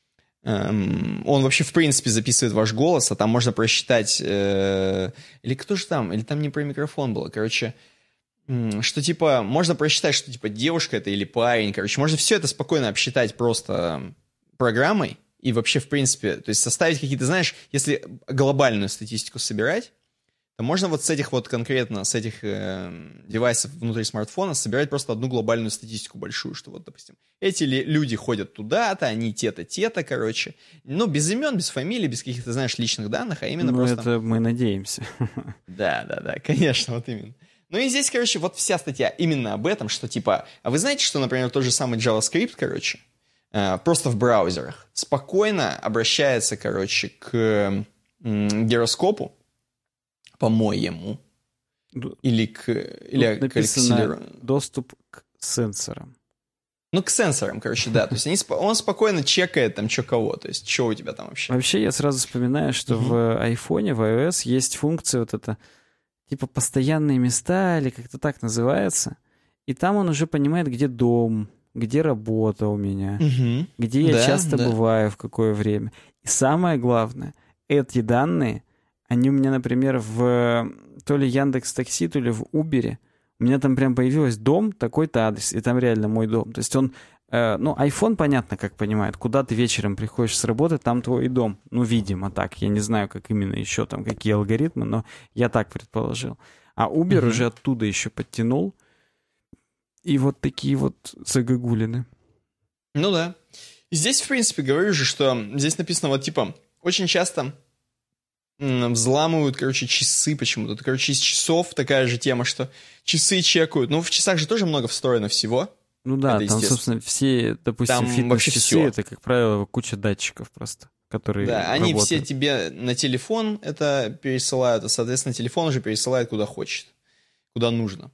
он вообще, в принципе, записывает ваш голос, а там можно просчитать... или кто же там? Или там не про микрофон было? Короче, что типа... Можно просчитать, что типа девушка это или парень. Короче, можно все это спокойно обсчитать просто программой. И вообще, в принципе, то есть составить какие-то, знаешь, если глобальную статистику собирать, то можно вот с этих вот конкретно, с этих девайсов внутри смартфона собирать просто одну глобальную статистику большую, что вот, допустим, эти люди ходят туда-то, они те-то, короче. Ну, без имен, без фамилий, без каких-то, знаешь, личных данных, а именно просто... Ну, это мы надеемся. Да, конечно, вот именно. Ну и здесь, короче, вот вся статья именно об этом, что типа... А вы знаете, что, например, тот же самый JavaScript, короче, просто в браузерах спокойно обращается, короче, к гироскопу, по-моему, или к акселератору. Доступ к сенсорам. Ну, к сенсорам, короче, да. То есть он спокойно чекает там, что кого, то есть, что у тебя там вообще. Вообще, я сразу вспоминаю, что в айфоне, в iOS есть функция вот эта, типа постоянные места, или как-то так называется. И там он уже понимает, где дом, где работа у меня, где я часто бываю, в какое время. И самое главное, эти данные, они у меня, например, в то ли Яндекс.Такси, то ли в Uber, у меня там прям появилось дом, такой-то адрес, и там реально мой дом. То есть он, ну, iPhone, понятно, как понимает, куда ты вечером приходишь с работы, там твой дом. Ну, видимо, так. Я не знаю, как именно еще там, какие алгоритмы, но я так предположил. А Uber уже оттуда еще подтянул. И вот такие вот загогулины. Ну да. И здесь, в принципе, говорю же, что здесь написано вот типа, очень часто взламывают, короче, часы почему-то. Это, короче, из часов такая же тема, что часы чекают. Ну, в часах же тоже много встроено всего. Ну да, это, там, собственно, все, допустим, фитнес-часы, это, как правило, куча датчиков просто, которые да, они работают. Все тебе на телефон это пересылают, а, соответственно, телефон уже пересылает куда хочет, куда нужно.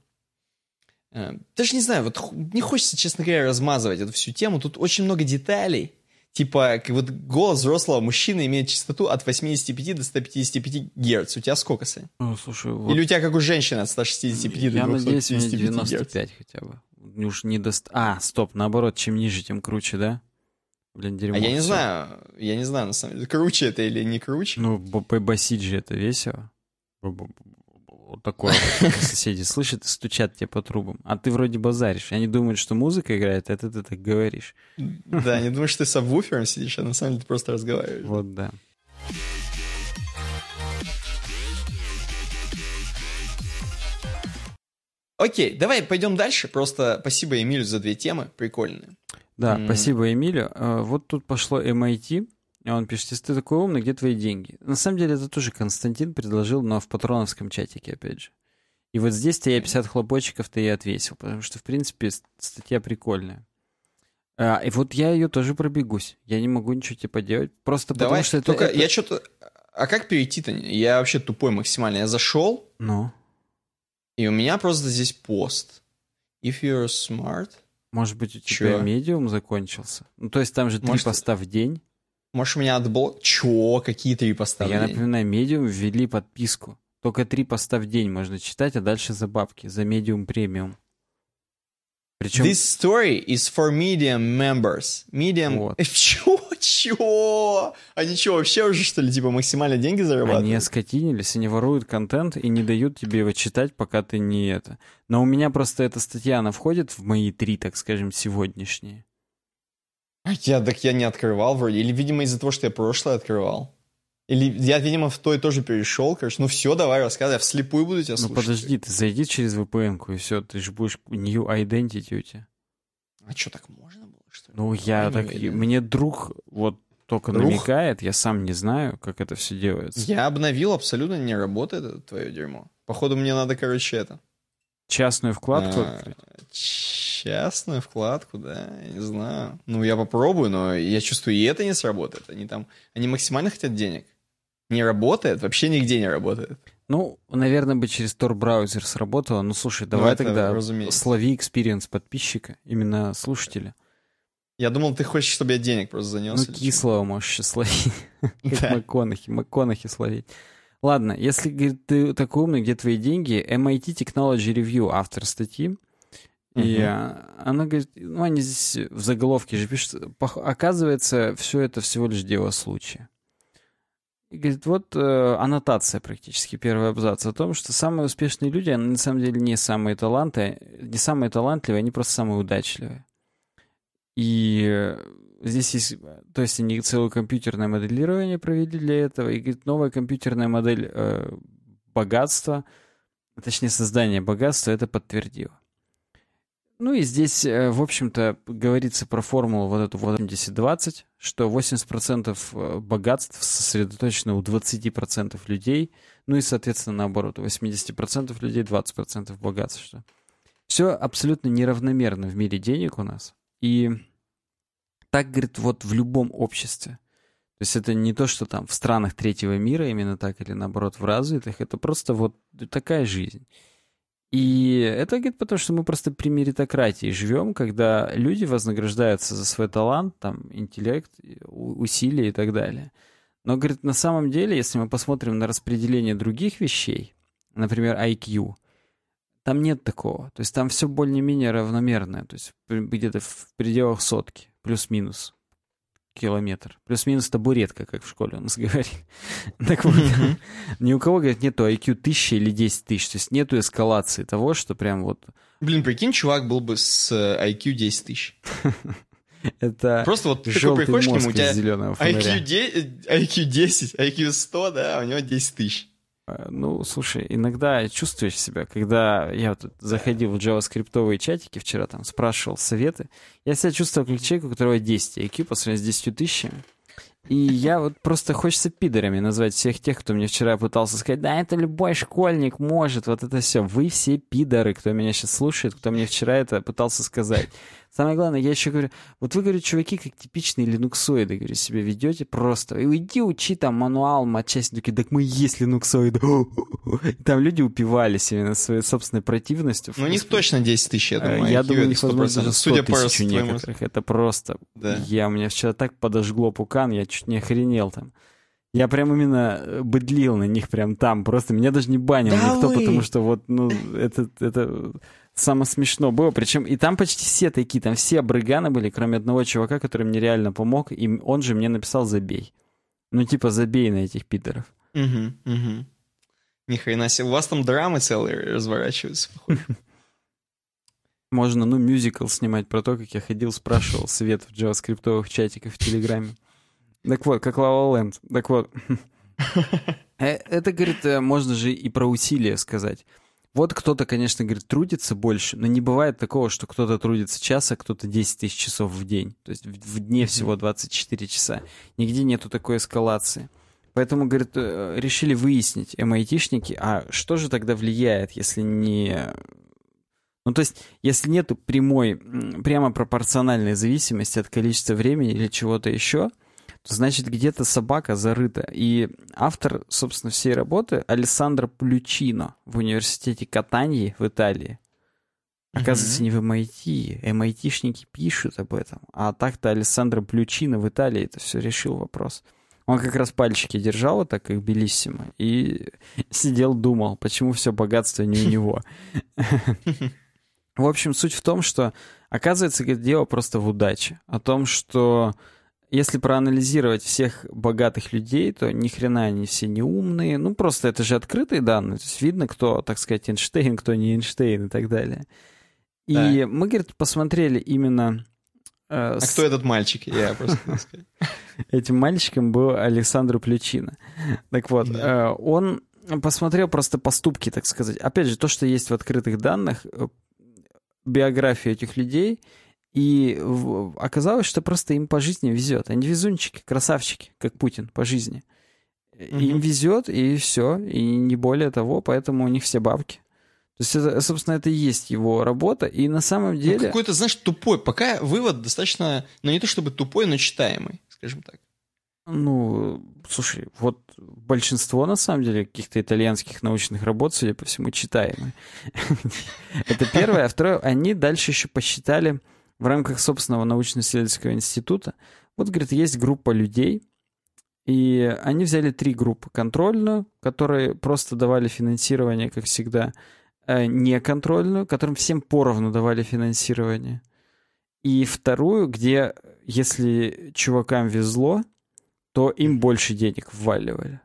Даже не знаю, вот не хочется, честно говоря, размазывать эту всю тему. Тут очень много деталей. Типа, вот голос взрослого мужчины имеет частоту от 85 до 155 Гц. У тебя сколько, Сань? Ну, слушай, вот... Или у тебя, как у женщины, от 165 до 255 Гц? Я надеюсь, у меня 95 хотя бы. Уж не до... стоп, наоборот, чем ниже, тем круче, да? Блин, дерьмо. А я не знаю, на самом деле, круче это или не круче. Ну, басить же это весело. Вот такое вот, соседи слышат и стучат тебе по трубам. А ты вроде базаришь. Они думают, что музыка играет, а это ты так говоришь. Да, они думают, что ты сабвуфером сидишь, а на самом деле ты просто разговариваешь. Вот, да. Окей, давай пойдем дальше. Просто спасибо Эмилю за 2 темы прикольные. Да, спасибо Эмилю. Вот тут пошло MIT. Он пишет, если ты такой умный, где твои деньги? На самом деле, это тоже Константин предложил, но в патроновском чатике, опять же. И вот здесь-то я 50 хлопочков-то и отвесил, потому что, в принципе, статья прикольная. И вот я ее тоже пробегусь. Я не могу ничего тебе поделать. Просто давай, потому что только это... я что-то... А как перейти-то? Я вообще тупой максимально. Я зашел, и у меня просто здесь пост. If you're smart... Может быть, у тебя медиум закончился? Ну, то есть там же 3 поста в день. Может, у меня отблок... Чё? Какие 3 поста в день? Я напоминаю, Medium ввели подписку. Только 3 поста в день можно читать, а дальше за бабки, за Medium премиум. Причем... This story is for Medium members. Medium... Вот. Чё? Они что, вообще уже, что ли, типа максимально деньги зарабатывают? Они оскотинились, они воруют контент и не дают тебе его читать, пока ты не это. Но у меня просто эта статья, она входит в мои 3, так скажем, сегодняшние. Я не открывал вроде. Или, видимо, из-за того, что я прошлое открывал. Или я, видимо, в той тоже перешел. Короче, ну все, давай рассказывай. Я вслепую буду тебя слушать. Ну подожди, ты зайди через VPN-ку, и все. Ты же будешь new identity у тебя. А что, так можно было, что ли? Ну, я так... Мне друг вот только намекает, я сам не знаю, как это все делается. Я обновил, абсолютно не работает это твое дерьмо. Походу, мне надо, это... Частную вкладку открыть? Частную вкладку, да, я не знаю. Ну, я попробую, но я чувствую, и это не сработает. Они максимально хотят денег. Не работает, вообще нигде не работает. Ну, наверное, бы через Tor-браузер сработало. Ну, слушай, давай тогда слови экспириенс подписчика, именно слушателя. Я думал, ты хочешь, чтобы я денег просто занес. Ну, кислого можешь сейчас словить. Как МакКонахи словить. Ладно, если, говорит, ты такой умный, где твои деньги? MIT Technology Review, автор статьи. И она говорит, ну, они здесь в заголовке же пишут, оказывается, все это всего лишь дело случая. И говорит, вот аннотация практически, первый абзац о том, что самые успешные люди, они на самом деле не самые талантливые, они просто самые удачливые. И здесь есть, то есть они целое компьютерное моделирование провели для этого, и говорит, новая компьютерная модель богатства, точнее создания богатства, это подтвердило. Ну и здесь, в общем-то, говорится про формулу вот эту 80-20, что 80% богатств сосредоточено у 20% людей, ну и, соответственно, наоборот, у 80% людей 20% богатства. Все абсолютно неравномерно в мире денег у нас. И так, говорит, вот в любом обществе. То есть это не то, что там в странах третьего мира именно так, или наоборот в развитых, это просто вот такая жизнь. И это, говорит, потому что мы просто при меритократии живем, когда люди вознаграждаются за свой талант, там, интеллект, усилия и так далее. Но, говорит, на самом деле, если мы посмотрим на распределение других вещей, например, IQ, там нет такого. То есть там все более-менее равномерное, то есть где-то в пределах сотки, плюс-минус километр. Плюс-минус табуретка, как в школе у нас говорили. Так вот, ни у кого, говорит, нету IQ 1000 или 10 тысяч. То есть нету эскалации того, что прям вот... Блин, прикинь, чувак был бы с IQ 10 тысяч. Это просто вот желтый такой приходишь к нему, у тебя IQ 10, IQ 100, да, а у него 10 тысяч. Ну, слушай, иногда чувствуешь себя, когда я вот заходил в JavaScript-овые чатики вчера, там, спрашивал советы, я себя чувствовал как человек, у которого 10 IQ по сравнению с 10 тысячами. И я вот просто хочется пидорами назвать всех тех, кто мне вчера пытался сказать, да, это любой школьник может, вот это все. Вы все пидоры, кто меня сейчас слушает, кто мне вчера это пытался сказать. Самое главное, я еще говорю, вот вы, говорю, чуваки, как типичные линуксоиды, говорю, себя ведете просто. Иди учи там мануал, матчасть. Такие, так мы и есть линуксоиды. Там люди упивались именно своей собственной противностью. Ну, у них точно 10 тысяч, я думаю. Я думаю, у них, возможно, даже 100 тысяч у некоторых. Это просто... Да. У меня вчера так подожгло пукан, я чуть не охренел там. Я прям именно быдлил на них прям там. Просто меня даже не банил никто, потому что вот, ну, это самое смешно было. Причем и там почти все такие, там все обрыганы были, кроме одного чувака, который мне реально помог, и он же мне написал «забей». Ну, типа, забей на этих пидоров. Ни хрена себе. У вас там драмы целые разворачиваются, похоже. Можно, ну, мюзикл снимать про то, как я ходил, спрашивал совет в джаваскриптовых чатиках в Телеграме. Так вот, как La La Land. Так вот. Это, говорит, можно же и про усилия сказать. Вот кто-то, конечно, говорит, трудится больше, но не бывает такого, что кто-то трудится час, а кто-то 10 тысяч часов в день. То есть в дне всего 24 часа. Нигде нету такой эскалации. Поэтому, говорит, решили выяснить MIT-шники, а что же тогда влияет, если не... Ну, то есть, если нету прямо пропорциональной зависимости от количества времени или чего-то еще, то, значит, где-то собака зарыта. И автор, собственно, всей работы Алессандро Плючино в университете Катаньи в Италии. Оказывается, не в MIT. MIT-шники пишут об этом. А так-то Алессандро Плючино в Италии это все решил вопрос. Он как раз пальчики держал вот так, как Белиссимо, и сидел, думал, почему все богатство не у него. В общем, суть в том, что, оказывается, дело просто в удаче. О том, что если проанализировать всех богатых людей, то ни хрена они все не умные. Ну, просто это же открытые данные. То есть видно, кто, так сказать, Эйнштейн, кто не Эйнштейн и так далее. И да. Мы, говорит, посмотрели именно... кто этот мальчик? Я просто хотел сказать. Этим мальчиком был Алессандро Плючино. Так вот, он посмотрел просто поступки, так сказать. Опять же, то, что есть в открытых данных, биографию этих людей, И оказалось, что просто им по жизни везет. Они везунчики, красавчики, как Путин по жизни. Им везет, и все, и не более того, поэтому у них все бабки. То есть, это, собственно, это и есть его работа, и на самом деле... Какой-то, знаешь, тупой, пока вывод достаточно, не то чтобы тупой, но читаемый, скажем так. Слушай, вот большинство, на самом деле, каких-то итальянских научных работ, судя по всему, читаемые. Это первое. А второе, они дальше еще посчитали в рамках собственного научно-исследовательского института. Вот, говорит, есть группа людей, и они взяли 3 группы. Контрольную, которые просто давали финансирование, как всегда, неконтрольную, которым всем поровну давали финансирование, и вторую, где, если чувакам везло, то им больше денег вваливали.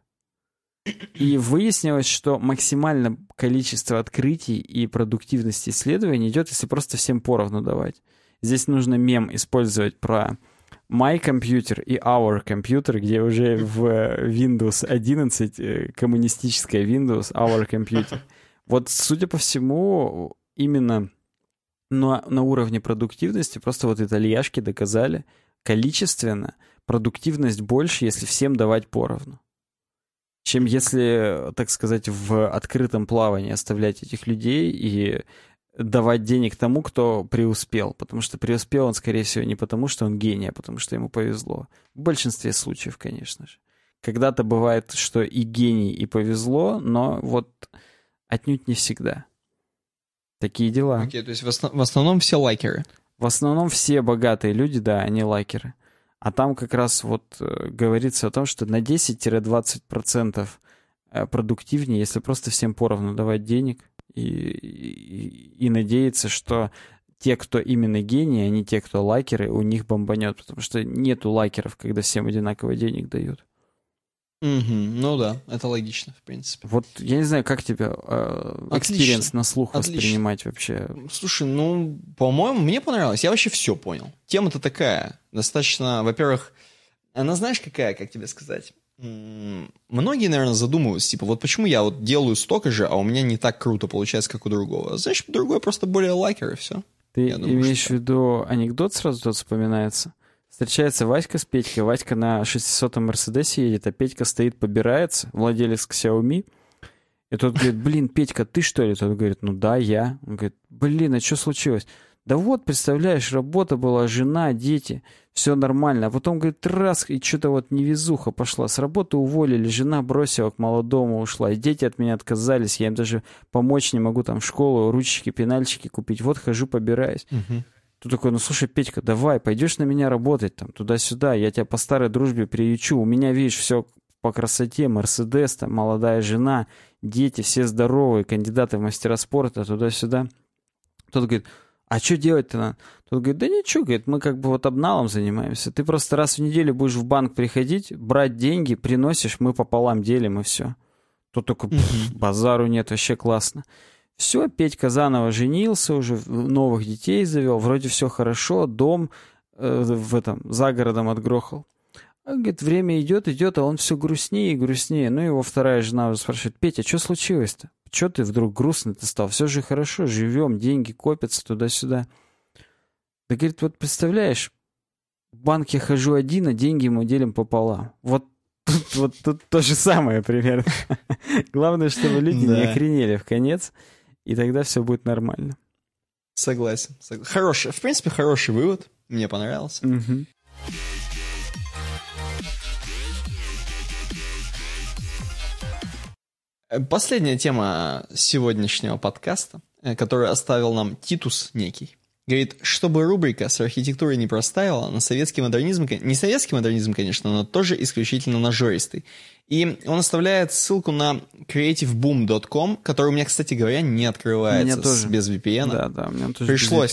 И выяснилось, что максимальное количество открытий и продуктивности исследований идет, если просто всем поровну давать. Здесь нужно мем использовать про My Computer и Our Computer, где уже в Windows 11 коммунистическая Windows, Our Computer. Вот, судя по всему, именно на уровне продуктивности просто вот итальяшки доказали количественно продуктивность больше, если всем давать поровну, чем если, так сказать, в открытом плавании оставлять этих людей и давать денег тому, кто преуспел. Потому что преуспел он, скорее всего, не потому, что он гений, а потому, что ему повезло. В большинстве случаев, конечно же. Когда-то бывает, что и гений, и повезло, но вот отнюдь не всегда. Такие дела. Окей, то есть в основном все лайкеры. В основном все богатые люди, да, они лайкеры. А там как раз вот говорится о том, что на 10-20% продуктивнее, если просто всем поровну давать денег и надеяться, что те, кто именно гении, а не те, кто лайкеры, у них бомбанет. Потому что нету лайкеров, когда всем одинаково денег дают. Ну да, это логично, в принципе. Вот я не знаю, как тебе экспириенс на слух воспринимать вообще. Слушай, по-моему, мне понравилось. Я вообще все понял. Тема-то такая, достаточно, во-первых, она знаешь какая, как тебе сказать? Многие, наверное, задумываются, типа, вот почему я вот делаю столько же, а у меня не так круто получается, как у другого. Значит, другой просто более лайкер, и все. Ты имеешь в виду анекдот сразу тут вспоминается? Встречается Васька с Петькой. Васька на 600-м Мерседесе едет, а Петька стоит, побирается, владелец Xiaomi. И тот говорит, блин, Петька, ты что ли? Тот говорит, ну да, я. Он говорит, блин, а что случилось? Да вот, представляешь, работа была, жена, дети, все нормально. А потом, говорит, раз, и что-то вот невезуха пошла. С работы уволили, жена бросила, к молодому ушла. И дети от меня отказались, я им даже помочь не могу, там, в школу, ручки, пенальчики купить. Вот хожу, побираюсь. Ты такой, ну слушай, Петька, давай, пойдешь на меня работать там туда-сюда, я тебя по старой дружбе приючу, у меня, видишь, все по красоте, Мерседес, там, молодая жена, дети, все здоровые, кандидаты в мастера спорта, туда-сюда. Тот говорит, а что делать-то надо? Тот говорит, да ничего, говорит, мы как бы вот обналом занимаемся, ты просто раз в неделю будешь в банк приходить, брать деньги, приносишь, мы пополам делим и все. Тот такой, базару нет, вообще классно. Все, Петька заново женился, уже новых детей завел, вроде все хорошо, дом за городом отгрохал. А, говорит, время идет, а он все грустнее и грустнее. Ну, его вторая жена уже спрашивает, Петя, что случилось-то? Че ты вдруг грустный ты стал? Все же хорошо, живем, деньги копятся туда-сюда. Да, говорит, вот представляешь, в банк я хожу один, а деньги мы делим пополам. Вот тут то же самое примерно. Главное, чтобы люди не охренели в конец. И тогда все будет нормально. Согласен. Хороший, в принципе, хороший вывод. Мне понравился. Последняя тема сегодняшнего подкаста, которую оставил нам Титус некий. Говорит, чтобы рубрика с архитектурой не простаивала, на советский модернизм, не советский модернизм, конечно, но тоже исключительно нажористый. И он оставляет ссылку на creativeboom.com, который у меня, кстати говоря, не открывается без VPN. Да, у меня тоже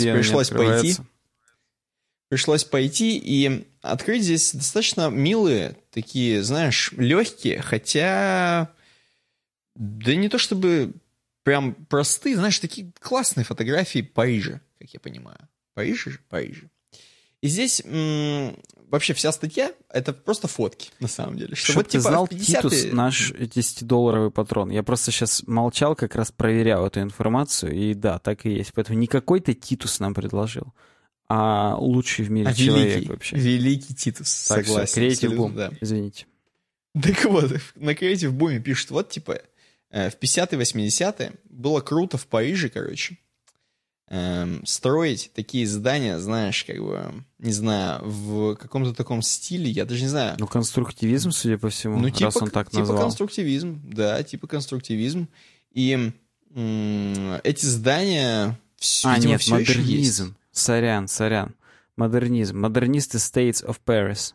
Пришлось пойти и открыть здесь достаточно милые, такие, знаешь, легкие, хотя... Да не то чтобы прям простые, знаешь, такие классные фотографии Парижа, как я понимаю. Парижа. И здесь вообще вся статья — это просто фотки, на самом деле. Чтобы ты знал, Титус — наш 10-долларовый патрон. Я просто сейчас молчал, как раз проверял эту информацию, и да, так и есть. Поэтому не какой-то Титус нам предложил, а лучший в мире человек вообще. Великий Титус, так согласен. Creative Boom, да. Извините. Так вот, на Creative Boom пишут, вот, типа, в 50-е, 80-е было круто в Париже, короче, строить такие здания, знаешь, как бы, не знаю, в каком-то таком стиле, я даже не знаю. Ну, конструктивизм, судя по всему, ну, раз он так назвал. Типа конструктивизм, да, типа конструктивизм. И эти здания, видимо, нет, все модернизм. Еще есть. Сорян. Модернизм. Modernist Estates of Paris.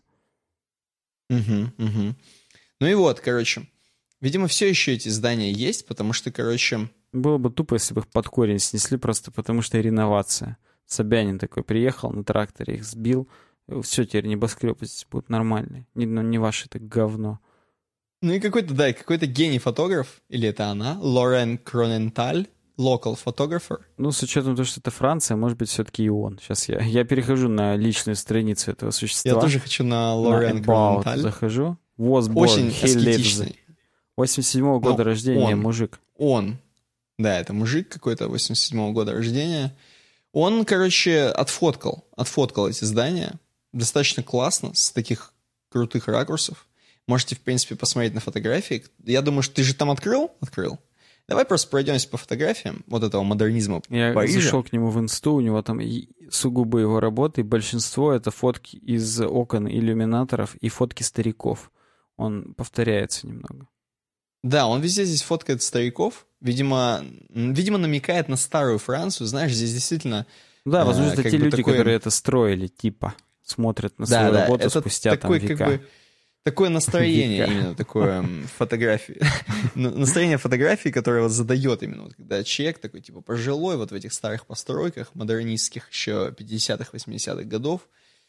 Угу. Ну и вот, короче, видимо, все еще эти здания есть, потому что, короче... Было бы тупо, если бы их под корень снесли, просто потому что реновация. Собянин такой приехал на тракторе, их сбил. Все, теперь небоскребы здесь будут нормальные. Не ваше это говно. Ну и какой-то гений-фотограф, или это она, Лорен Кроненталь, local photographer. Ну, с учетом того, что это Франция, может быть, все-таки и он. Сейчас я перехожу на личную страницу этого существа. Я тоже хочу на Лорен Кроненталь. Захожу. Was born, очень аскетичный. 87-го года рождения, мужик. Да, это мужик какой-то 87-го года рождения. Он, короче, отфоткал эти здания. Достаточно классно, с таких крутых ракурсов. Можете, в принципе, посмотреть на фотографии. Я думаю, что ты же там открыл? Давай просто пройдемся по фотографиям вот этого модернизма Я Парижа. зашел к нему в инсту, у него там сугубо его работы, большинство это фотки из окон иллюминаторов и фотки стариков. Он повторяется немного. Да, он везде здесь фоткает стариков. Видимо, намекает на старую Францию. Знаешь, здесь действительно... Да, возможно, это те люди, которые это строили, типа, смотрят на свою работу спустя там века. Такое настроение именно, такое фотографии. Настроение фотографии, которое вот задает именно, вот, когда человек такой, типа, пожилой, вот в этих старых постройках, модернистских еще 50-х, 80-х годов.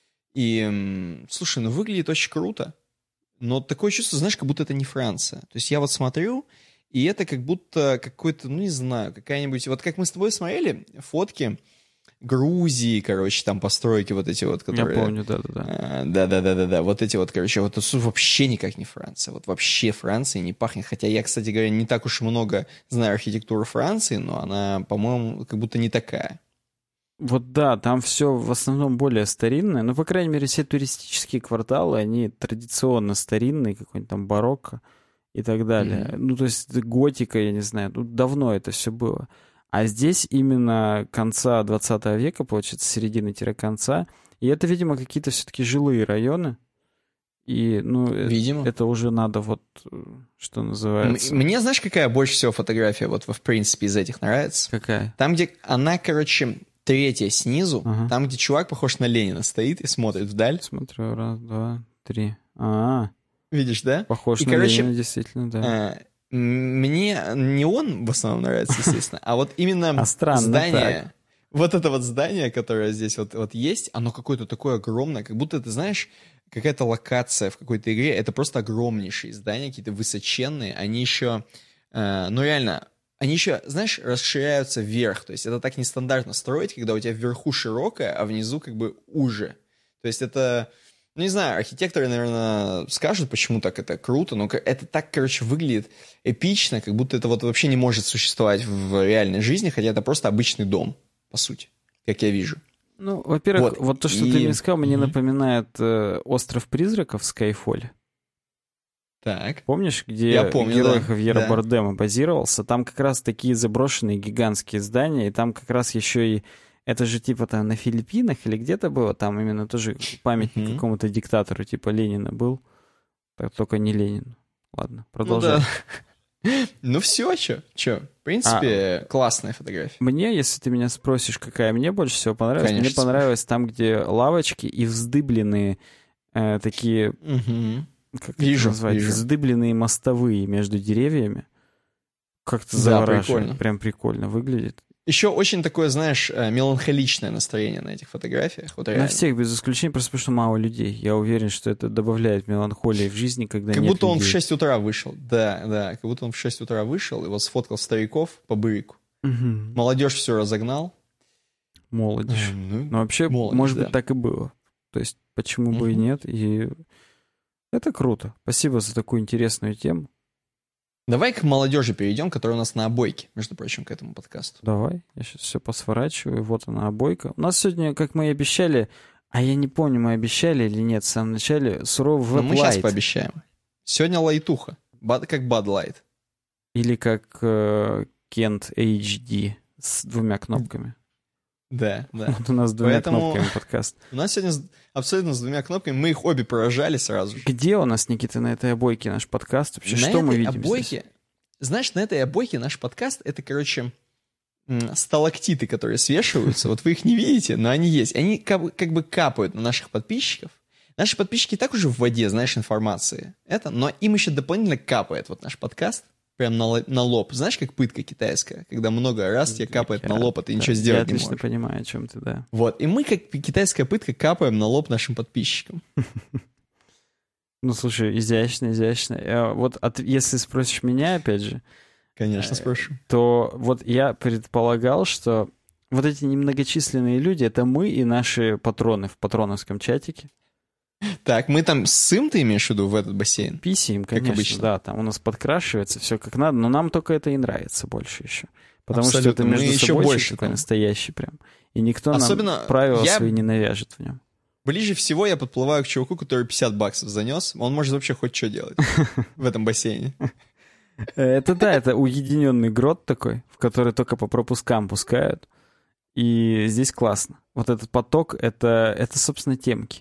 И, слушай, ну выглядит очень круто. Но такое чувство, знаешь, как будто это не Франция. То есть я вот смотрю, и это как будто какой-то, ну не знаю, какая-нибудь... Вот как мы с тобой смотрели фотки Грузии, короче, там постройки вот эти вот, которые... Я помню, да-да-да. Да. Вот эти вот, короче, вот это вообще никак не Франция. Вот вообще Францией не пахнет. Хотя я, кстати говоря, не так уж и много знаю архитектуру Франции, но она, по-моему, как будто не такая. Вот да, там все в основном более старинное. Ну, по крайней мере, все туристические кварталы, они традиционно старинные, какой-нибудь там барокко и так далее. Ну, то есть готика, я не знаю, тут давно это все было. А здесь именно конца 20 века, получается, середины-конца. И это, видимо, какие-то все-таки жилые районы. И, ну, это уже надо вот, что называется... Мне, знаешь, какая больше всего фотография вот в принципе из этих нравится? Какая? Там, где она, короче, третья снизу, там, где чувак похож на Ленина, стоит и смотрит вдаль. Смотрю, 1, 2, 3. Видишь, да? Похож на Ленина, действительно, да. Мне не он в основном нравится, естественно, а вот именно здание. Так. Вот это вот здание, которое здесь вот есть, оно какое-то такое огромное, как будто, ты знаешь, какая-то локация в какой-то игре. Это просто огромнейшие здания, какие-то высоченные. Они еще, ну реально, они еще, знаешь, расширяются вверх. То есть это так нестандартно строить, когда у тебя вверху широкое, а внизу как бы уже. То есть это... Ну, не знаю, архитекторы, наверное, скажут, почему так это круто, но это так, короче, выглядит эпично, как будто это вот вообще не может существовать в реальной жизни, хотя это просто обычный дом, по сути, как я вижу. Ну, во-первых, вот то, что ты мне сказал, мне напоминает «Остров призраков» Skyfall. Так. Помнишь, где герой Хавьера Бардема базировался? Там как раз такие заброшенные гигантские здания, и там как раз еще и... Это же типа там на Филиппинах или где-то было, там именно тоже памятник какому-то диктатору типа Ленина был. Только не Ленин. Ладно, продолжаем. Ну все, чё. В принципе, классная фотография. Мне, если ты меня спросишь, какая мне больше всего понравилась, мне понравилось там, где лавочки и вздыбленные такие... Как это назвать? Вздыбленные мостовые между деревьями. Как-то завораживает. Прям прикольно выглядит. Еще очень такое, знаешь, меланхоличное настроение на этих фотографиях. Вот на всех, без исключения, просто потому что мало людей. Я уверен, что это добавляет меланхолии в жизни, когда нет людей. Как будто он в 6 утра вышел. Да, как будто он в 6 утра вышел и вот сфоткал стариков по бырику. Молодежь все разогнал. Молодежь. Ну, вообще, может быть, так и было. То есть, почему бы и нет. И это круто. Спасибо за такую интересную тему. Давай к молодежи перейдем, которая у нас на обойке, между прочим, к этому подкасту. Давай, я сейчас все посворачиваю, вот она обойка. У нас сегодня, как мы и обещали, а я не помню, мы обещали или нет в самом начале, суровый веб-лайт. Мы сейчас пообещаем. Сегодня лайтуха, как Bud Light. Или как Kent HD с 2 кнопками. Да. Вот у нас с 2 кнопками подкаст. У нас сегодня абсолютно с 2 кнопками, мы их обе поражали сразу же. Где у нас, Никита, на этой обойке наш подкаст? Вообще, что мы видим здесь? Знаешь, на этой обойке наш подкаст, это, короче, сталактиты, которые свешиваются. Вот вы их не видите, но они есть. Они как бы капают на наших подписчиков. Наши подписчики и так уже в воде, знаешь, информации. Но им еще дополнительно капает вот наш подкаст. Прям на лоб. Знаешь, как пытка китайская, когда много раз тебе капает на лоб, а ты ничего сделать не можешь. Я отлично понимаю, о чем ты, да. Вот, и мы, как китайская пытка, капаем на лоб нашим подписчикам. Ну, слушай, изящно. Вот если спросишь меня, опять же... Конечно, спрошу. То вот я предполагал, что вот эти немногочисленные люди, это мы и наши патроны в патроновском чатике. Так, мы там ссым, ты имеешь в виду, в этот бассейн? Писаем, конечно, как обычно. Да, там у нас подкрашивается, все как надо, но нам только это и нравится больше еще. Потому абсолютно. Что это между еще собой больше такой настоящий прям. И никто нам правила свои не навяжет в нем. Ближе всего я подплываю к чуваку, который $50 занес. Он может вообще хоть что делать в этом бассейне. Это да, это уединенный грот такой, в который только по пропускам пускают. И здесь классно. Вот этот поток, это собственно, темки.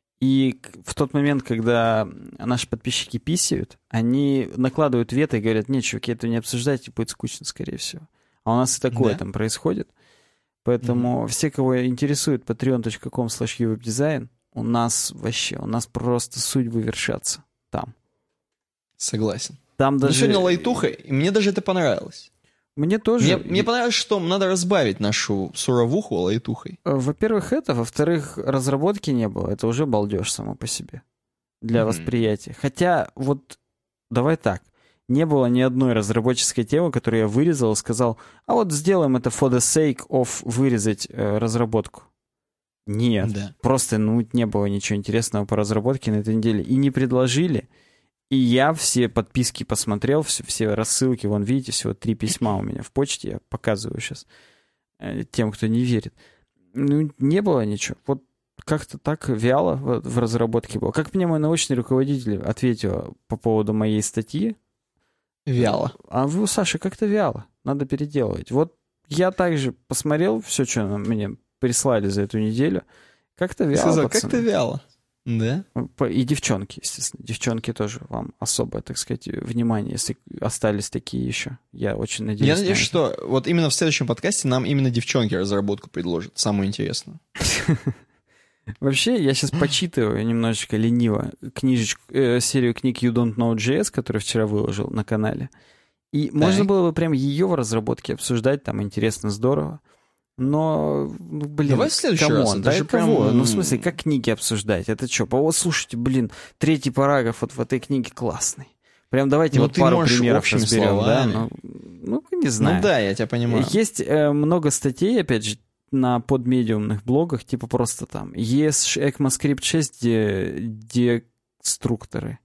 И в тот момент, когда наши подписчики писают, они накладывают вето и говорят: нет, чуваки, это не обсуждайте, будет скучно, скорее всего. А у нас и такое там происходит. Поэтому все, кого интересует patreon.com/uwebdesign, у нас просто судьбы вершатся там. Согласен. Там даже... сегодня лайтуха, и мне даже это понравилось. Мне тоже. Мне понравилось, что надо разбавить нашу суровуху лайтухой. Во-первых, это. Во-вторых, разработки не было. Это уже балдеж само по себе для восприятия. Хотя, вот, давай так. Не было ни одной разработческой темы, которую я вырезал и сказал: а вот сделаем это for the sake of вырезать разработку. Нет. Да. Просто, не было ничего интересного по разработке на этой неделе. И не предложили. И я все подписки посмотрел, все рассылки, вон, видите, всего 3 письма у меня в почте, я показываю сейчас тем, кто не верит. Не было ничего. Вот как-то так вяло в разработке было. Как мне мой научный руководитель ответил по поводу моей статьи? Вяло. А вы, Саша, как-то вяло. Надо переделывать. Вот я также посмотрел все, что мне прислали за эту неделю. Как-то вяло, сказал, пацаны. Как-то вяло. Да. И девчонки, естественно. Девчонки тоже вам особое, так сказать, внимание, если остались такие еще. Я очень надеюсь. Я надеюсь, что вот именно в следующем подкасте нам именно девчонки разработку предложат. Самую интересную. Вообще, я сейчас почитываю немножечко лениво серию книг You Don't Know JS, которую вчера выложил на канале. И можно было бы прям ее в разработке обсуждать, там интересно, здорово. Но, давай в следующий раз. Да и кого? В смысле, как книги обсуждать? Это что? Вот слушайте, 3-й параграф вот в этой книге классный. Прям давайте вот пару примеров разберем, да? Не знаю. Ну да, я тебя понимаю. Есть много статей, опять же, на подмедиумных блогах, типа просто там ECMAScript 6 деструкторы.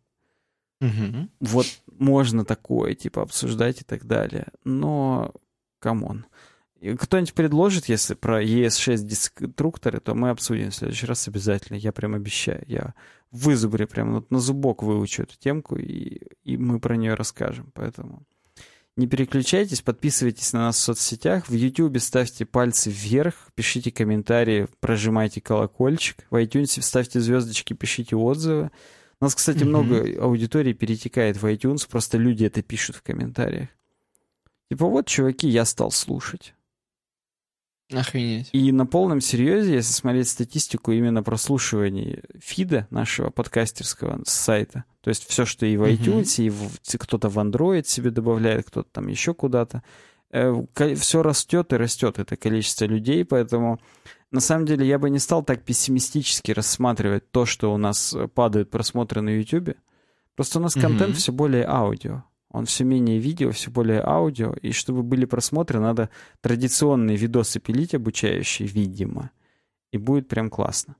Вот можно такое, типа, обсуждать и так далее. Но, камон. Кто-нибудь предложит, если про ES6 деструкторы, то мы обсудим в следующий раз обязательно. Я прям обещаю. Я вызубрю прям вот на зубок выучу эту темку, и мы про нее расскажем. Поэтому не переключайтесь, подписывайтесь на нас в соцсетях. В YouTube ставьте пальцы вверх, пишите комментарии, прожимайте колокольчик. В iTunes ставьте звездочки, пишите отзывы. У нас, кстати, много аудитории перетекает в iTunes, просто люди это пишут в комментариях. Типа, вот, чуваки, я стал слушать. Охренеть. И на полном серьезе, если смотреть статистику именно прослушиваний фида нашего подкастерского с сайта, то есть все, что и в iTunes, и кто-то в Android себе добавляет, кто-то там еще куда-то, все растет и растет это количество людей, поэтому на самом деле я бы не стал так пессимистически рассматривать то, что у нас падают просмотры на YouTube. Просто у нас контент все более аудио. Он все менее видео, все более аудио. И чтобы были просмотры, надо традиционные видосы пилить, обучающие, видимо. И будет прям классно.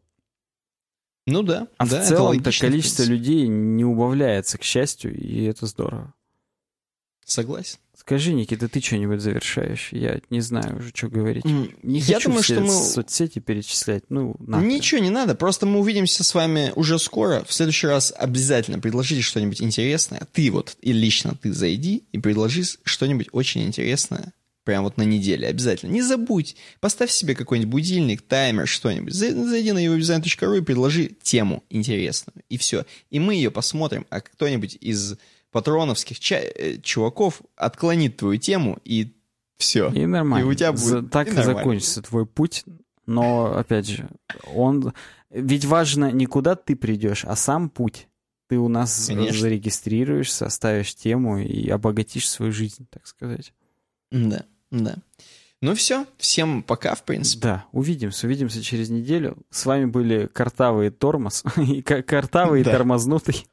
Ну да. А в целом количество людей не убавляется, к счастью, и это здорово. Согласен. Скажи, Никита, ты что-нибудь завершаешь? Я не знаю уже, что говорить. Не Я хочу думаю, все что мы... соцсети перечислять. Ну, нахрен. Ничего не надо, просто мы увидимся с вами уже скоро. В следующий раз обязательно предложите что-нибудь интересное. Ты вот, и лично ты зайди и предложи что-нибудь очень интересное. Прям вот на неделе обязательно. Не забудь, поставь себе какой-нибудь будильник, таймер, что-нибудь. Зайди на eurodesign.ru и предложи тему интересную. И все. И мы ее посмотрим, а кто-нибудь из патроновских чуваков отклонит твою тему, и все. И нормально. И у тебя будет... Так и закончится твой путь. Но, опять же, ведь важно не куда ты придешь, а сам путь. Ты у нас зарегистрируешься, оставишь тему и обогатишь свою жизнь, так сказать. Да, да. Ну все, всем пока, в принципе. Да, увидимся через неделю. С вами были Картавый и Тормоз, Картавый и Тормознутый.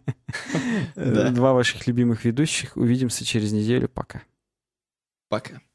Два ваших любимых ведущих. Увидимся через неделю. Пока. Пока.